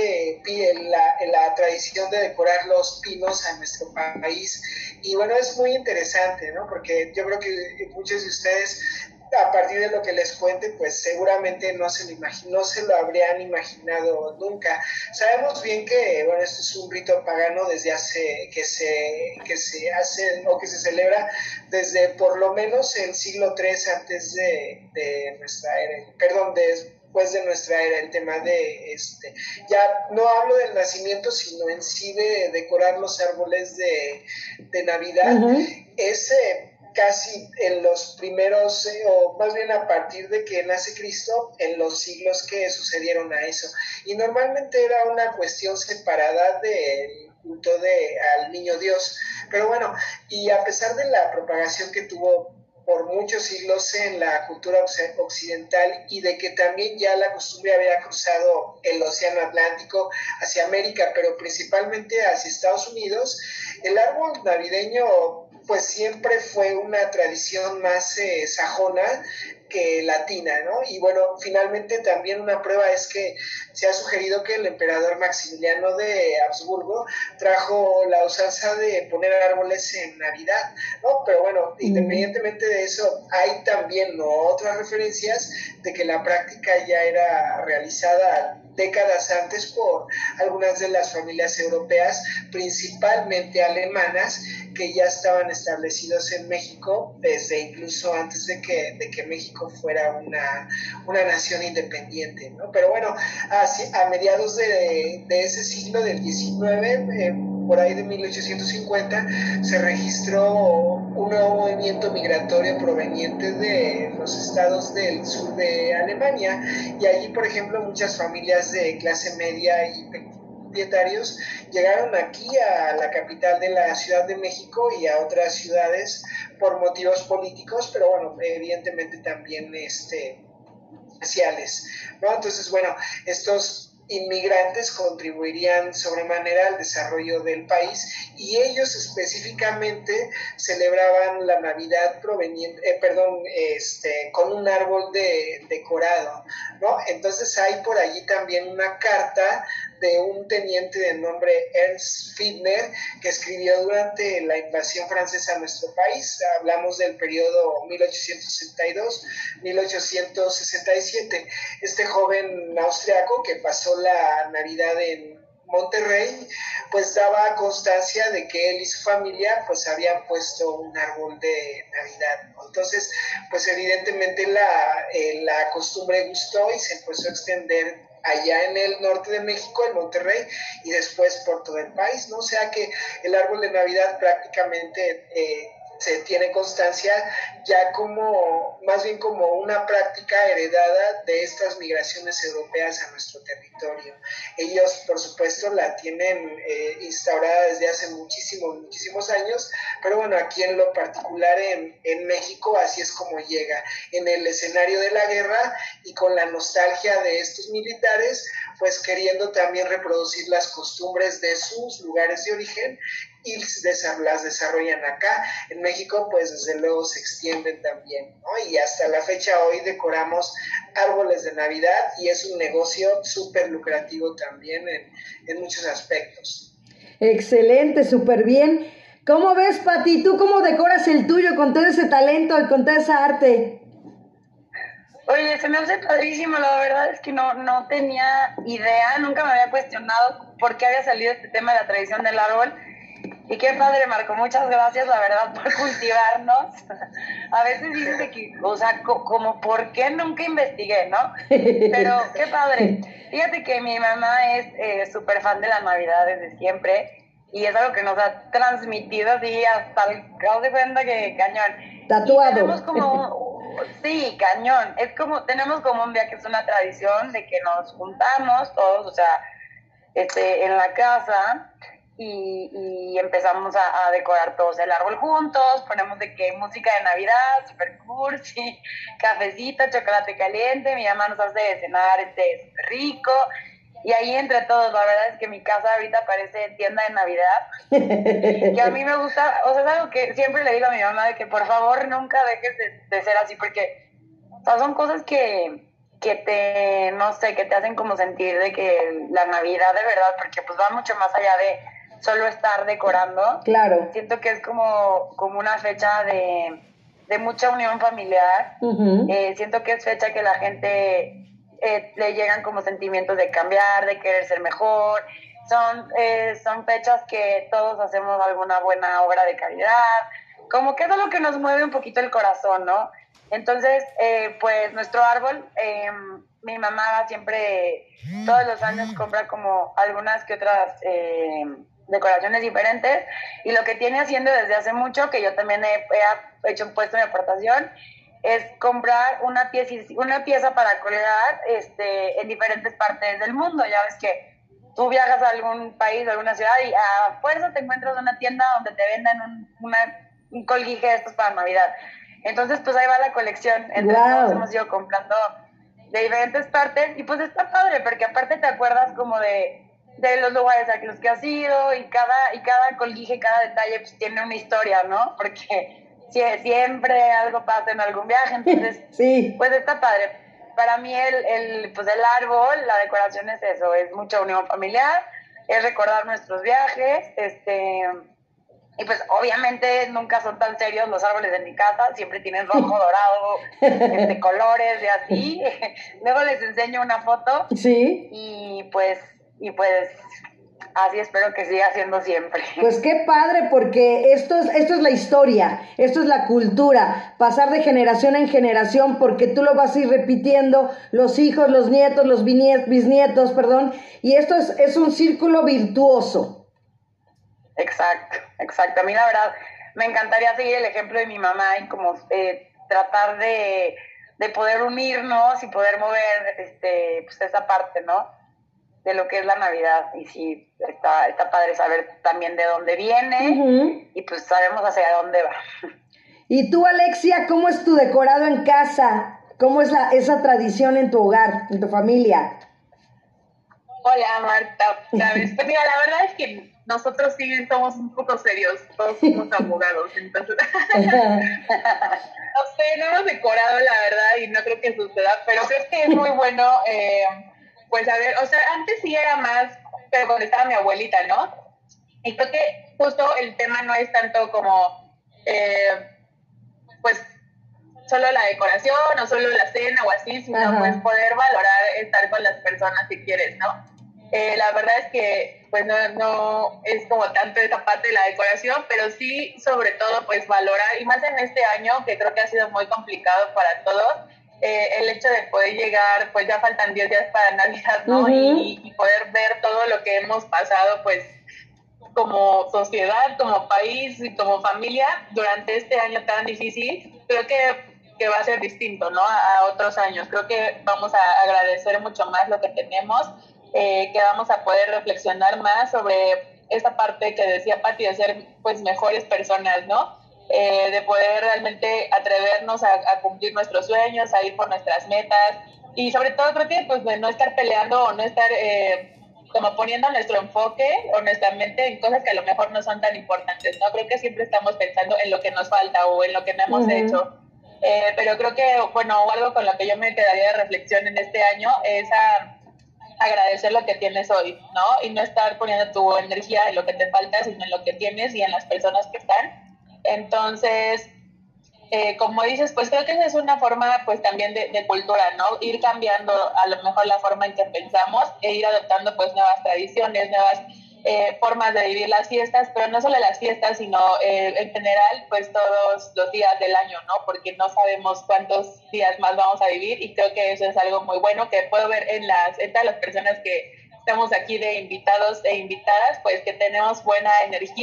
la tradición de decorar los pinos a nuestro país? Y bueno, es muy interesante, ¿no? Porque yo creo que muchos de ustedes, a partir de lo que les cuente, pues seguramente no se lo habrían imaginado nunca. Sabemos bien que, bueno, esto es un rito pagano desde que se hace o que se celebra desde por lo menos el siglo III antes de nuestra era, después de nuestra era, el tema de ya no hablo del nacimiento, sino en sí de decorar los árboles de Navidad. es casi en los primeros, o más bien a partir de que nace Cristo, en los siglos que sucedieron a eso. Y normalmente era una cuestión separada del culto al niño Dios. Pero bueno, y a pesar de la propagación que tuvo por muchos siglos en la cultura occidental y de que también ya la costumbre había cruzado el océano Atlántico hacia América, pero principalmente hacia Estados Unidos, el árbol navideño pues siempre fue una tradición más sajona que latina, ¿no? Y bueno, finalmente también una prueba es que se ha sugerido que el emperador Maximiliano de Habsburgo trajo la usanza de poner árboles en Navidad, ¿no? Pero bueno, independientemente de eso, hay también otras referencias de que la práctica ya era realizada décadas antes por algunas de las familias europeas, principalmente alemanas, que ya estaban establecidos en México desde incluso antes de que México fuera una nación independiente, ¿no? Pero bueno, a mediados de ese siglo del XIX, por ahí de 1850, se registró un nuevo movimiento migratorio proveniente de los estados del sur de Alemania, y allí, por ejemplo, muchas familias de clase media y propietarios llegaron aquí a la capital de la Ciudad de México y a otras ciudades por motivos políticos, pero bueno, evidentemente también sociales, ¿no? Entonces, bueno, estos inmigrantes contribuirían sobremanera al desarrollo del país, y ellos específicamente celebraban la Navidad con un árbol decorado, ¿no? Entonces hay por allí también una carta de un teniente de nombre Ernst Fiedler, que escribió durante la invasión francesa a nuestro país. Hablamos del periodo 1862-1867. Este joven austriaco que pasó la Navidad en Monterrey, pues daba constancia de que él y su familia pues habían puesto un árbol de Navidad, ¿no? Entonces, pues evidentemente la costumbre gustó y se empezó a extender allá en el norte de México, en Monterrey, y después por todo el país, ¿no? O sea que el árbol de Navidad prácticamente se tiene constancia ya más bien como una práctica heredada de estas migraciones europeas a nuestro territorio. Ellos, por supuesto, la tienen instaurada desde hace muchísimos años, pero bueno, aquí en lo particular en México, así es como llega, en el escenario de la guerra y con la nostalgia de estos militares, pues queriendo también reproducir las costumbres de sus lugares de origen, y las desarrollan acá. En México, pues desde luego se extienden también, ¿no? Y hasta la fecha hoy decoramos árboles de Navidad y es un negocio súper lucrativo también en muchos aspectos. Excelente, súper bien. ¿Cómo ves, Pati? ¿Tú cómo decoras el tuyo con todo ese talento y con toda esa arte? Oye, se me hace padrísimo, la verdad es que no tenía idea, nunca me había cuestionado por qué había salido este tema de la tradición del árbol. Y qué padre, Marco, muchas gracias, la verdad, por cultivarnos. A veces dices que, o sea, como por qué nunca investigué, ¿no? Pero qué padre. Fíjate que mi mamá es súper fan de la Navidad desde siempre, y es algo que nos ha transmitido así hasta el caos de cuenta que cañón. Tatuado. Y tenemos sí, cañón. Tenemos como un día que es una tradición de que nos juntamos todos, o sea, en la casa, y empezamos a decorar todos el árbol juntos, ponemos de que música de Navidad, super cursi, cafecito, chocolate caliente, mi mamá nos hace de cenar súper rico, y ahí entre todos, la verdad es que mi casa ahorita parece tienda de Navidad, que a mí me gusta, o sea, es algo que siempre le digo a mi mamá, de que por favor nunca dejes de ser así, porque, o sea, son cosas que no sé, que te hacen como sentir de que la Navidad de verdad, porque pues va mucho más allá de solo estar decorando. Claro. Siento que es como una fecha de mucha unión familiar. Uh-huh. Siento que es fecha que la gente le llegan como sentimientos de cambiar, de querer ser mejor. Son fechas que todos hacemos alguna buena obra de caridad. Como que es algo que nos mueve un poquito el corazón, ¿no? Entonces, pues nuestro árbol, mi mamá siempre, todos los años compra como algunas que otras decoraciones diferentes, y lo que tiene haciendo desde hace mucho, que yo también he puesto mi aportación, es comprar una pieza para colgar en diferentes partes del mundo. Ya ves que tú viajas a algún país o alguna ciudad y a fuerza te encuentras una tienda donde te vendan un colguije de estos para Navidad. Entonces, pues ahí va la colección. Entonces, todos hemos ido comprando de diferentes partes, y pues está padre, porque aparte te acuerdas como de los lugares a los que has ido, y cada colguije, cada detalle pues tiene una historia, ¿no? Porque siempre algo pasa en algún viaje, entonces sí. Pues está padre. Para mí el árbol, la decoración es eso, es mucha unión familiar, es recordar nuestros viajes, y pues obviamente nunca son tan serios los árboles de mi casa, siempre tienen rojo, dorado, colores y así. Luego les enseño una foto. Sí. Y pues así espero que siga siendo siempre. Pues qué padre, porque esto es la historia, esto es la cultura, pasar de generación en generación, porque tú lo vas a ir repitiendo, los hijos, los nietos, los bisnietos, y esto es un círculo virtuoso. Exacto. A mí la verdad me encantaría seguir el ejemplo de mi mamá y como tratar de poder unirnos y poder mover pues esa parte, ¿no? De lo que es la Navidad. Y sí, está padre saber también de dónde viene, y pues sabemos hacia dónde va. Y tú, Alexia, ¿cómo es tu decorado en casa? ¿Cómo es esa tradición en tu hogar, en tu familia? Hola, Marta. ¿Sabes? Pues mira, la verdad es que nosotros sí somos un poco serios, todos somos abogados, entonces no sé, no hemos decorado la verdad y no creo que suceda, pero creo que es muy bueno, pues a ver, o sea, antes sí era más, pero cuando estaba mi abuelita, ¿no? Y creo que justo el tema no es tanto como, pues, solo la decoración o solo la cena o así, sino pues poder valorar estar con las personas que quieres, ¿no? La verdad es que pues no es como tanto esa parte de la decoración, pero sí sobre todo pues valorar, y más en este año que creo que ha sido muy complicado para todos, el hecho de poder llegar, pues ya faltan 10 días para Navidad, ¿no? Y poder ver todo lo que hemos pasado pues como sociedad, como país y como familia durante este año tan difícil. Creo que va a ser distinto, ¿no? A otros años. Creo que vamos a agradecer mucho más lo que tenemos, que vamos a poder reflexionar más sobre esta parte que decía Pati, de ser pues mejores personas, ¿no? De poder realmente atrevernos a cumplir nuestros sueños, a ir por nuestras metas, y sobre todo creo que pues de no estar peleando o no estar como poniendo nuestro enfoque o nuestra mente en cosas que a lo mejor no son tan importantes, ¿no? Creo que siempre estamos pensando en lo que nos falta o en lo que no hemos hecho. Pero creo que, bueno, algo con lo que yo me quedaría de reflexión en este año es agradecer lo que tienes hoy, ¿no? Y no estar poniendo tu energía en lo que te falta, sino en lo que tienes y en las personas que están. Entonces, como dices, pues creo que esa es una forma pues también de cultura, ¿no? Ir cambiando a lo mejor la forma en que pensamos e ir adoptando pues nuevas tradiciones, nuevas formas de vivir las fiestas, pero no solo las fiestas, sino en general pues todos los días del año, ¿no? Porque no sabemos cuántos días más vamos a vivir, y creo que eso es algo muy bueno que puedo ver en todas las personas que estamos aquí de invitados e invitadas, pues que tenemos buena energía,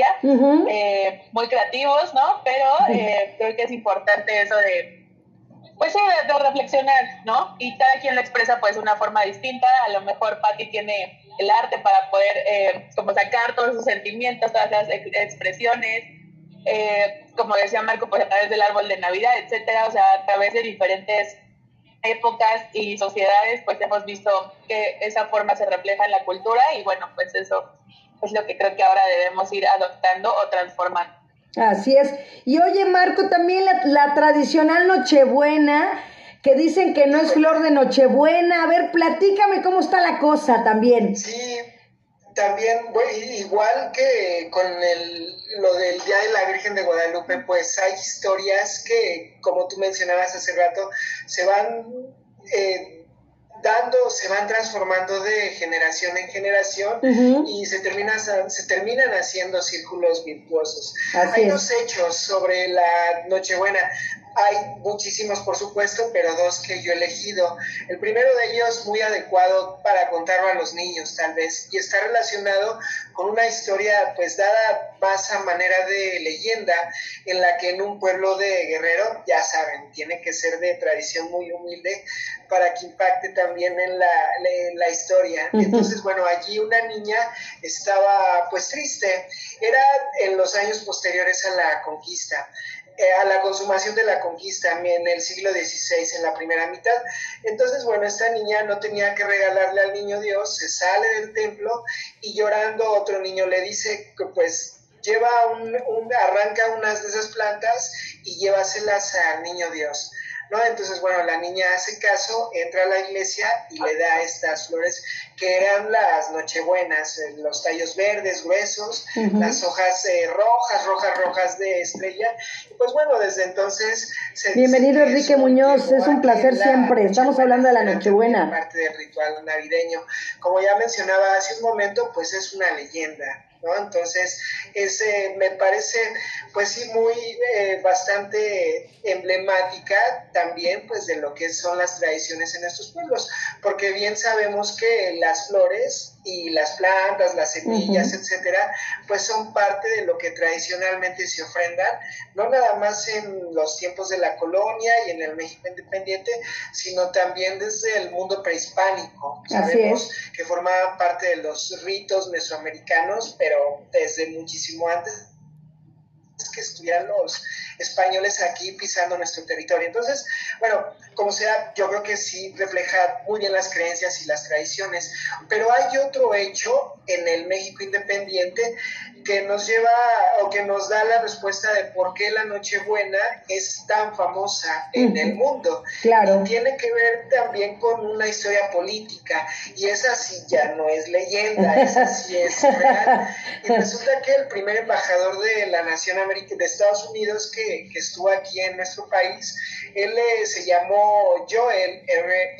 muy creativos, ¿no? Pero creo que es importante eso de reflexionar, ¿no? Y cada quien lo expresa pues de una forma distinta. A lo mejor Pati tiene el arte para poder como sacar todos sus sentimientos, todas las expresiones, como decía Marco, pues a través del árbol de Navidad, etcétera, o sea, a través de diferentes épocas y sociedades, pues hemos visto que esa forma se refleja en la cultura, y bueno, pues eso es lo que creo que ahora debemos ir adoptando o transformando. Así es. Y oye, Marco, también la tradicional Nochebuena, que dicen que no es flor de Nochebuena. A ver, platícame cómo está la cosa también. Sí, también, igual que con lo del Día de la Virgen de Guadalupe, pues hay historias que, como tú mencionabas hace rato, se van se van transformando de generación en generación, y se terminan haciendo círculos virtuosos. Hay dos hechos sobre la Nochebuena. Hay muchísimos, por supuesto, pero dos que yo he elegido. El primero de ellos muy adecuado para contarlo a los niños, tal vez, y está relacionado con una historia, pues, dada más a manera de leyenda, en la que en un pueblo de Guerrero, ya saben, tiene que ser de tradición muy humilde para que impacte también en la historia. Entonces, bueno, allí una niña estaba, pues, triste. Era en los años posteriores a la conquista, a la consumación de la conquista en el siglo XVI, en la primera mitad. Entonces, bueno, esta niña no tenía que regalarle al niño Dios, se sale del templo y llorando otro niño le dice que pues arranca unas de esas plantas y llévaselas al niño Dios, ¿no? Entonces, bueno, la niña hace caso, entra a la iglesia y le da estas flores que eran las nochebuenas, los tallos verdes, gruesos, las hojas rojas de estrella. Y pues bueno, desde entonces... Bienvenido Enrique Muñoz, es un placer siempre, estamos hablando de la Nochebuena. Parte del ritual navideño. Como ya mencionaba hace un momento, pues es una leyenda, ¿no? Entonces, me parece, pues sí, muy bastante emblemática también, pues, de lo que son las tradiciones en estos pueblos, porque bien sabemos que las flores y las plantas, las semillas, etcétera, pues son parte de lo que tradicionalmente se ofrendan, no nada más en los tiempos de la colonia y en el México independiente, sino también desde el mundo prehispánico. Sabemos que formaban parte de los ritos mesoamericanos, pero desde muchísimo antes que estuvieran los españoles aquí pisando nuestro territorio. Entonces, bueno, como sea, yo creo que sí refleja muy bien las creencias y las tradiciones, pero hay otro hecho en el México independiente que nos lleva o que nos da la respuesta de por qué la Nochebuena es tan famosa en el mundo. Claro. Y tiene que ver también con una historia política, y esa sí ya no es leyenda, esa sí es real. Y resulta que el primer embajador de la nación de Estados Unidos que estuvo aquí en nuestro país, él se llamó Joel R.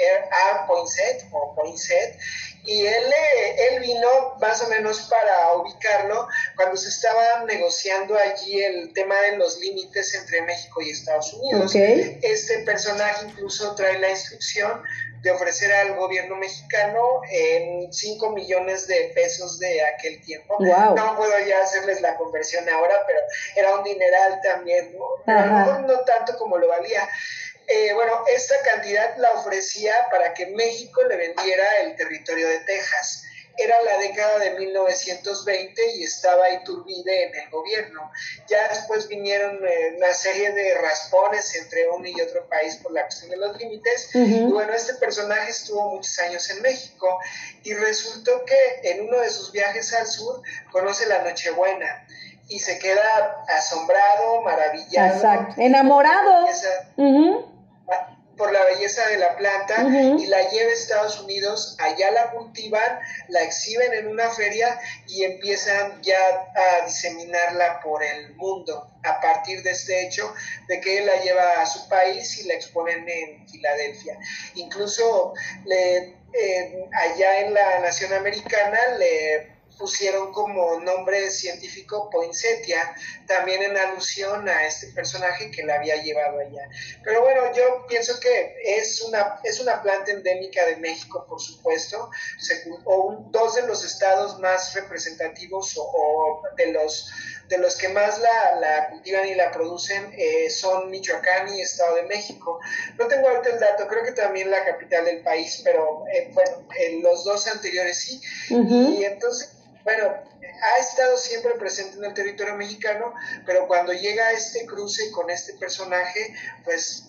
Poinsett, y él vino más o menos para ubicarlo cuando se estaba negociando allí el tema de los límites entre México y Estados Unidos. Este personaje incluso trae la instrucción de ofrecer al gobierno mexicano en 5 millones de pesos de aquel tiempo. Wow. No puedo ya hacerles la conversión ahora, pero era un dineral también, ¿no? Pero a lo mejor no tanto como lo valía. Bueno, esta cantidad la ofrecía para que México le vendiera el territorio de Texas. Era la década de 1920 y estaba Iturbide en el gobierno. Ya después vinieron una serie de raspones entre uno y otro país por la cuestión de los límites. Y bueno, este personaje estuvo muchos años en México y resultó que en uno de sus viajes al sur conoce la Nochebuena y se queda asombrado, maravillado. Exacto, enamorado. Por la belleza de la planta, y la lleva a Estados Unidos, allá la cultivan, la exhiben en una feria y empiezan ya a diseminarla por el mundo a partir de este hecho de que él la lleva a su país y la exponen en Filadelfia. Incluso allá en la nación americana le pusieron como nombre científico Poinsettia, también en alusión a este personaje que la había llevado allá. Pero bueno, yo pienso que es una planta endémica de México, por supuesto, dos de los estados más representativos o de los que más la cultivan y la producen son Michoacán y Estado de México. No tengo ahorita el dato, creo que también la capital del país, pero bueno, los dos anteriores sí. Y entonces, bueno, ha estado siempre presente en el territorio mexicano, pero cuando llega este cruce con este personaje, pues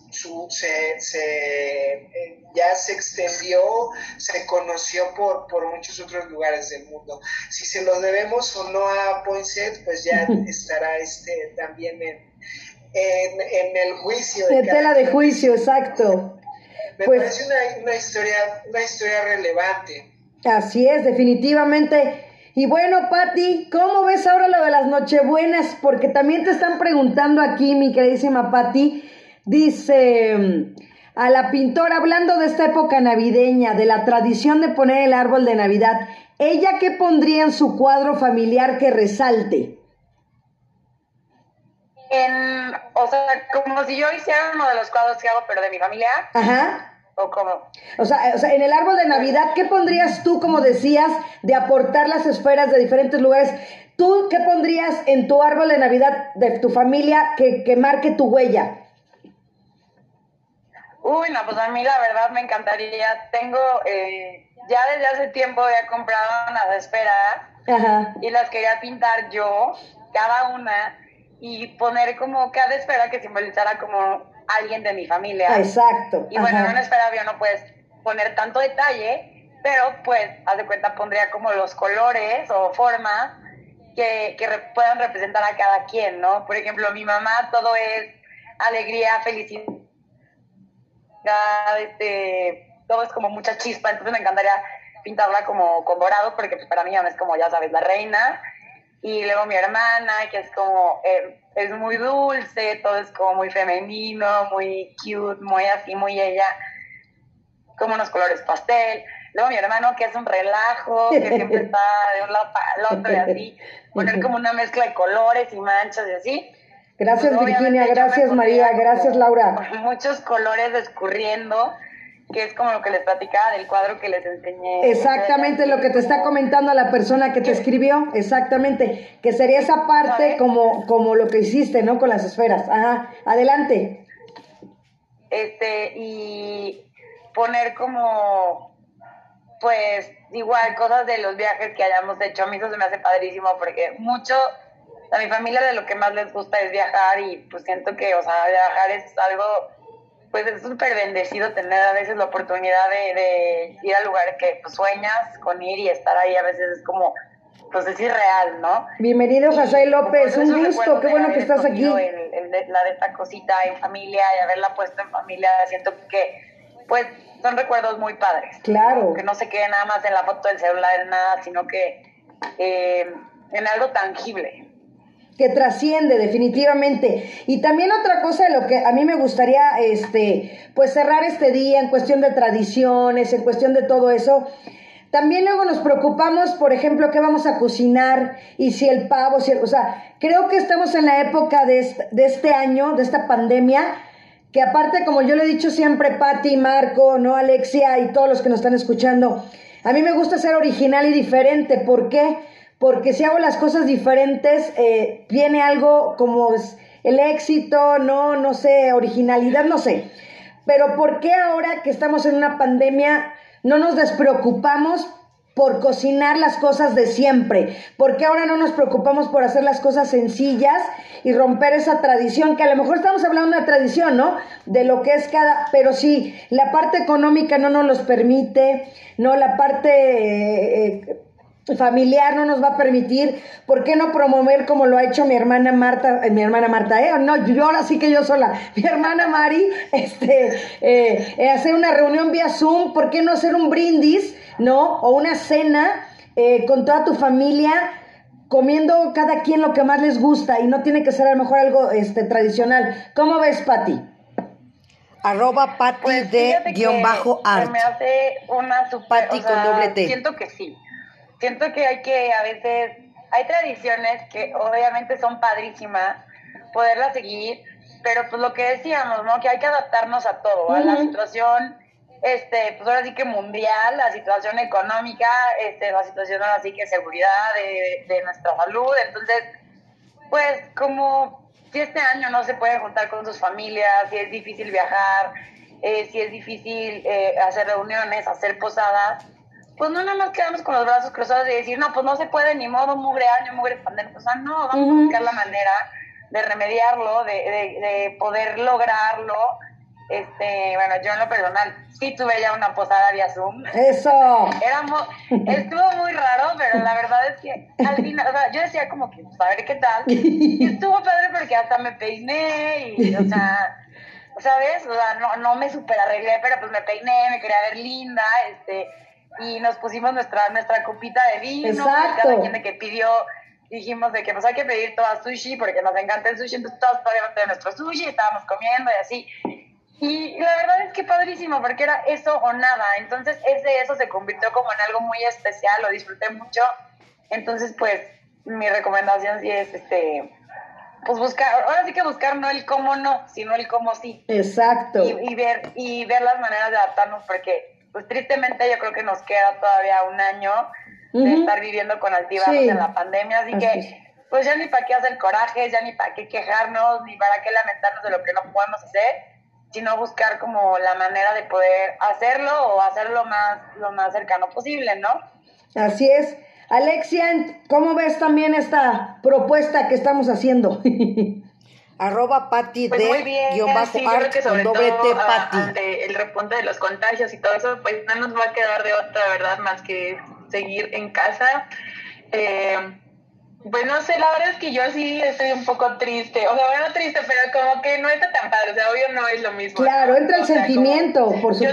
ya se extendió, se conoció por muchos otros lugares del mundo. Si se lo debemos o no a Poinsett, pues ya estará también en el juicio. De tela de juicio, exacto. Me parece una historia relevante. Así es, definitivamente. Y bueno, Pati, ¿cómo ves ahora lo de las Nochebuenas? Porque también te están preguntando aquí, mi queridísima Pati, dice, a la pintora, hablando de esta época navideña, de la tradición de poner el árbol de Navidad, ¿ella qué pondría en su cuadro familiar que resalte? O sea, como si yo hiciera uno de los cuadros que hago, pero de mi familia. Ajá. ¿O cómo? O sea, en el árbol de Navidad, ¿qué pondrías tú, como decías, de aportar las esferas de diferentes lugares? ¿Tú qué pondrías en tu árbol de Navidad de tu familia que marque tu huella? Uy, no, pues a mí la verdad me encantaría. Tengo, ya desde hace tiempo había comprado unas esferas. Ajá. Y las quería pintar yo, cada una, y poner como cada esfera que simbolizara como alguien de mi familia. Exacto. Y bueno, en una esfera yo no puedes poner tanto detalle, pero pues, haz de cuenta, pondría como los colores o formas que puedan representar a cada quien, ¿no? Por ejemplo, mi mamá todo es alegría, felicidad, todo es como mucha chispa, entonces me encantaría pintarla como con dorado, porque pues para mí es como, ya sabes, la reina. Y luego mi hermana, que es como, es muy dulce, todo es como muy femenino, muy cute, muy así, muy ella, como unos colores pastel. Luego mi hermano, que es un relajo, que siempre está de un lado para el otro y así, poner como una mezcla de colores y manchas y así. Gracias, pues, Virginia, gracias María, gracias Laura. Muchos colores escurriendo, que es como lo que les platicaba del cuadro que les enseñé. Exactamente lo que te está comentando la persona que te escribió, exactamente, que sería esa parte como lo que hiciste, ¿no? Con las esferas. Ajá, adelante. Y poner como, pues, igual cosas de los viajes que hayamos hecho. A mí eso se me hace padrísimo porque a mi familia de lo que más les gusta es viajar y pues siento que, o sea, viajar es algo, pues es súper bendecido tener a veces la oportunidad de ir a lugares que pues, sueñas con ir y estar ahí. A veces es como, pues es irreal, ¿no? Bienvenido, José López, un gusto, qué bueno que estás aquí. La de esta cosita en familia y haberla puesto en familia, siento que, pues, son recuerdos muy padres. Claro. ¿No? Que no se quede nada más en la foto del celular, en nada, sino que en algo tangible. Que trasciende definitivamente. Y también otra cosa de lo que a mí me gustaría pues cerrar este día en cuestión de tradiciones, en cuestión de todo eso. También luego nos preocupamos, por ejemplo, qué vamos a cocinar y si el pavo, o sea, creo que estamos en la época de este año, de esta pandemia, que aparte, como yo le he dicho siempre, Pati, Marco, ¿no? Alexia y todos los que nos están escuchando, a mí me gusta ser original y diferente. ¿Por qué? Porque si hago las cosas diferentes, viene algo como el éxito, no sé, originalidad, no sé. Pero ¿por qué ahora que estamos en una pandemia no nos despreocupamos por cocinar las cosas de siempre? ¿Por qué ahora no nos preocupamos por hacer las cosas sencillas y romper esa tradición? Que a lo mejor estamos hablando de una tradición, ¿no? De lo que es pero si la parte económica no nos los permite, no, la parte familiar no nos va a permitir, ¿por qué no promover como lo ha hecho mi hermana Marta, no, yo ahora sí que yo sola, mi hermana Mari, hacer una reunión vía Zoom? ¿Por qué no hacer un brindis, no? O una cena con toda tu familia, comiendo cada quien lo que más les gusta, y no tiene que ser a lo mejor algo tradicional. ¿Cómo ves, Pati? @Pati pues, _art. Se me hace una super, Pati con doble T. Siento que sí. Siento que a veces, hay tradiciones que obviamente son padrísimas, poderlas seguir, pero pues lo que decíamos, ¿no? Que hay que adaptarnos a todo, a la situación, pues ahora sí que mundial, la situación económica, la situación ahora sí que seguridad de nuestra salud. Entonces, pues como si este año no se pueden juntar con sus familias, si es difícil viajar, si es difícil hacer reuniones, hacer posadas, pues no nada más quedamos con los brazos cruzados y decir, no, pues no se puede, ni modo, mugre año, mugre pandemia. O sea, no, vamos a buscar la manera de remediarlo, de poder lograrlo. Bueno, yo en lo personal sí tuve ya una posada vía Zoom. ¡Eso! Estuvo muy raro, pero la verdad es que al final, o sea, yo decía como que, pues a ver qué tal. Y estuvo padre porque hasta me peiné y, o sea, ¿sabes? O sea, no me super arreglé, pero pues me peiné, me quería ver linda, y nos pusimos nuestra copita de vino. Exacto. Cada quien de que pidió, dijimos de que pues hay que pedir toda sushi porque nos encanta el sushi, entonces todos pedimos de nuestro sushi, estábamos comiendo y así. Y la verdad es que padrísimo, porque era eso o nada. Entonces eso se convirtió como en algo muy especial, lo disfruté mucho. Entonces pues mi recomendación sí es pues buscar, ahora sí que buscar no el cómo no, sino el cómo sí. Exacto. Y ver las maneras de adaptarnos, porque pues tristemente yo creo que nos queda todavía un año de estar viviendo con altibajos en la pandemia, así que pues ya ni para qué hacer corajes, ya ni para qué quejarnos, ni para qué lamentarnos de lo que no podemos hacer, sino buscar como la manera de poder hacerlo o hacerlo lo más cercano posible, ¿no? Así es. Alexia, ¿cómo ves también esta propuesta que estamos haciendo? @Pati pues muy bien, sí, yo creo que sobre todo Pati. ante el repunte de los contagios y todo eso, pues no nos va a quedar de otra, ¿verdad?, más que seguir en casa. Pues no sé, la verdad es que yo sí estoy un poco triste, o sea, bueno, triste, pero como que no está tan padre, o sea, obvio no es lo mismo. Claro, entra el sentimiento, por supuesto.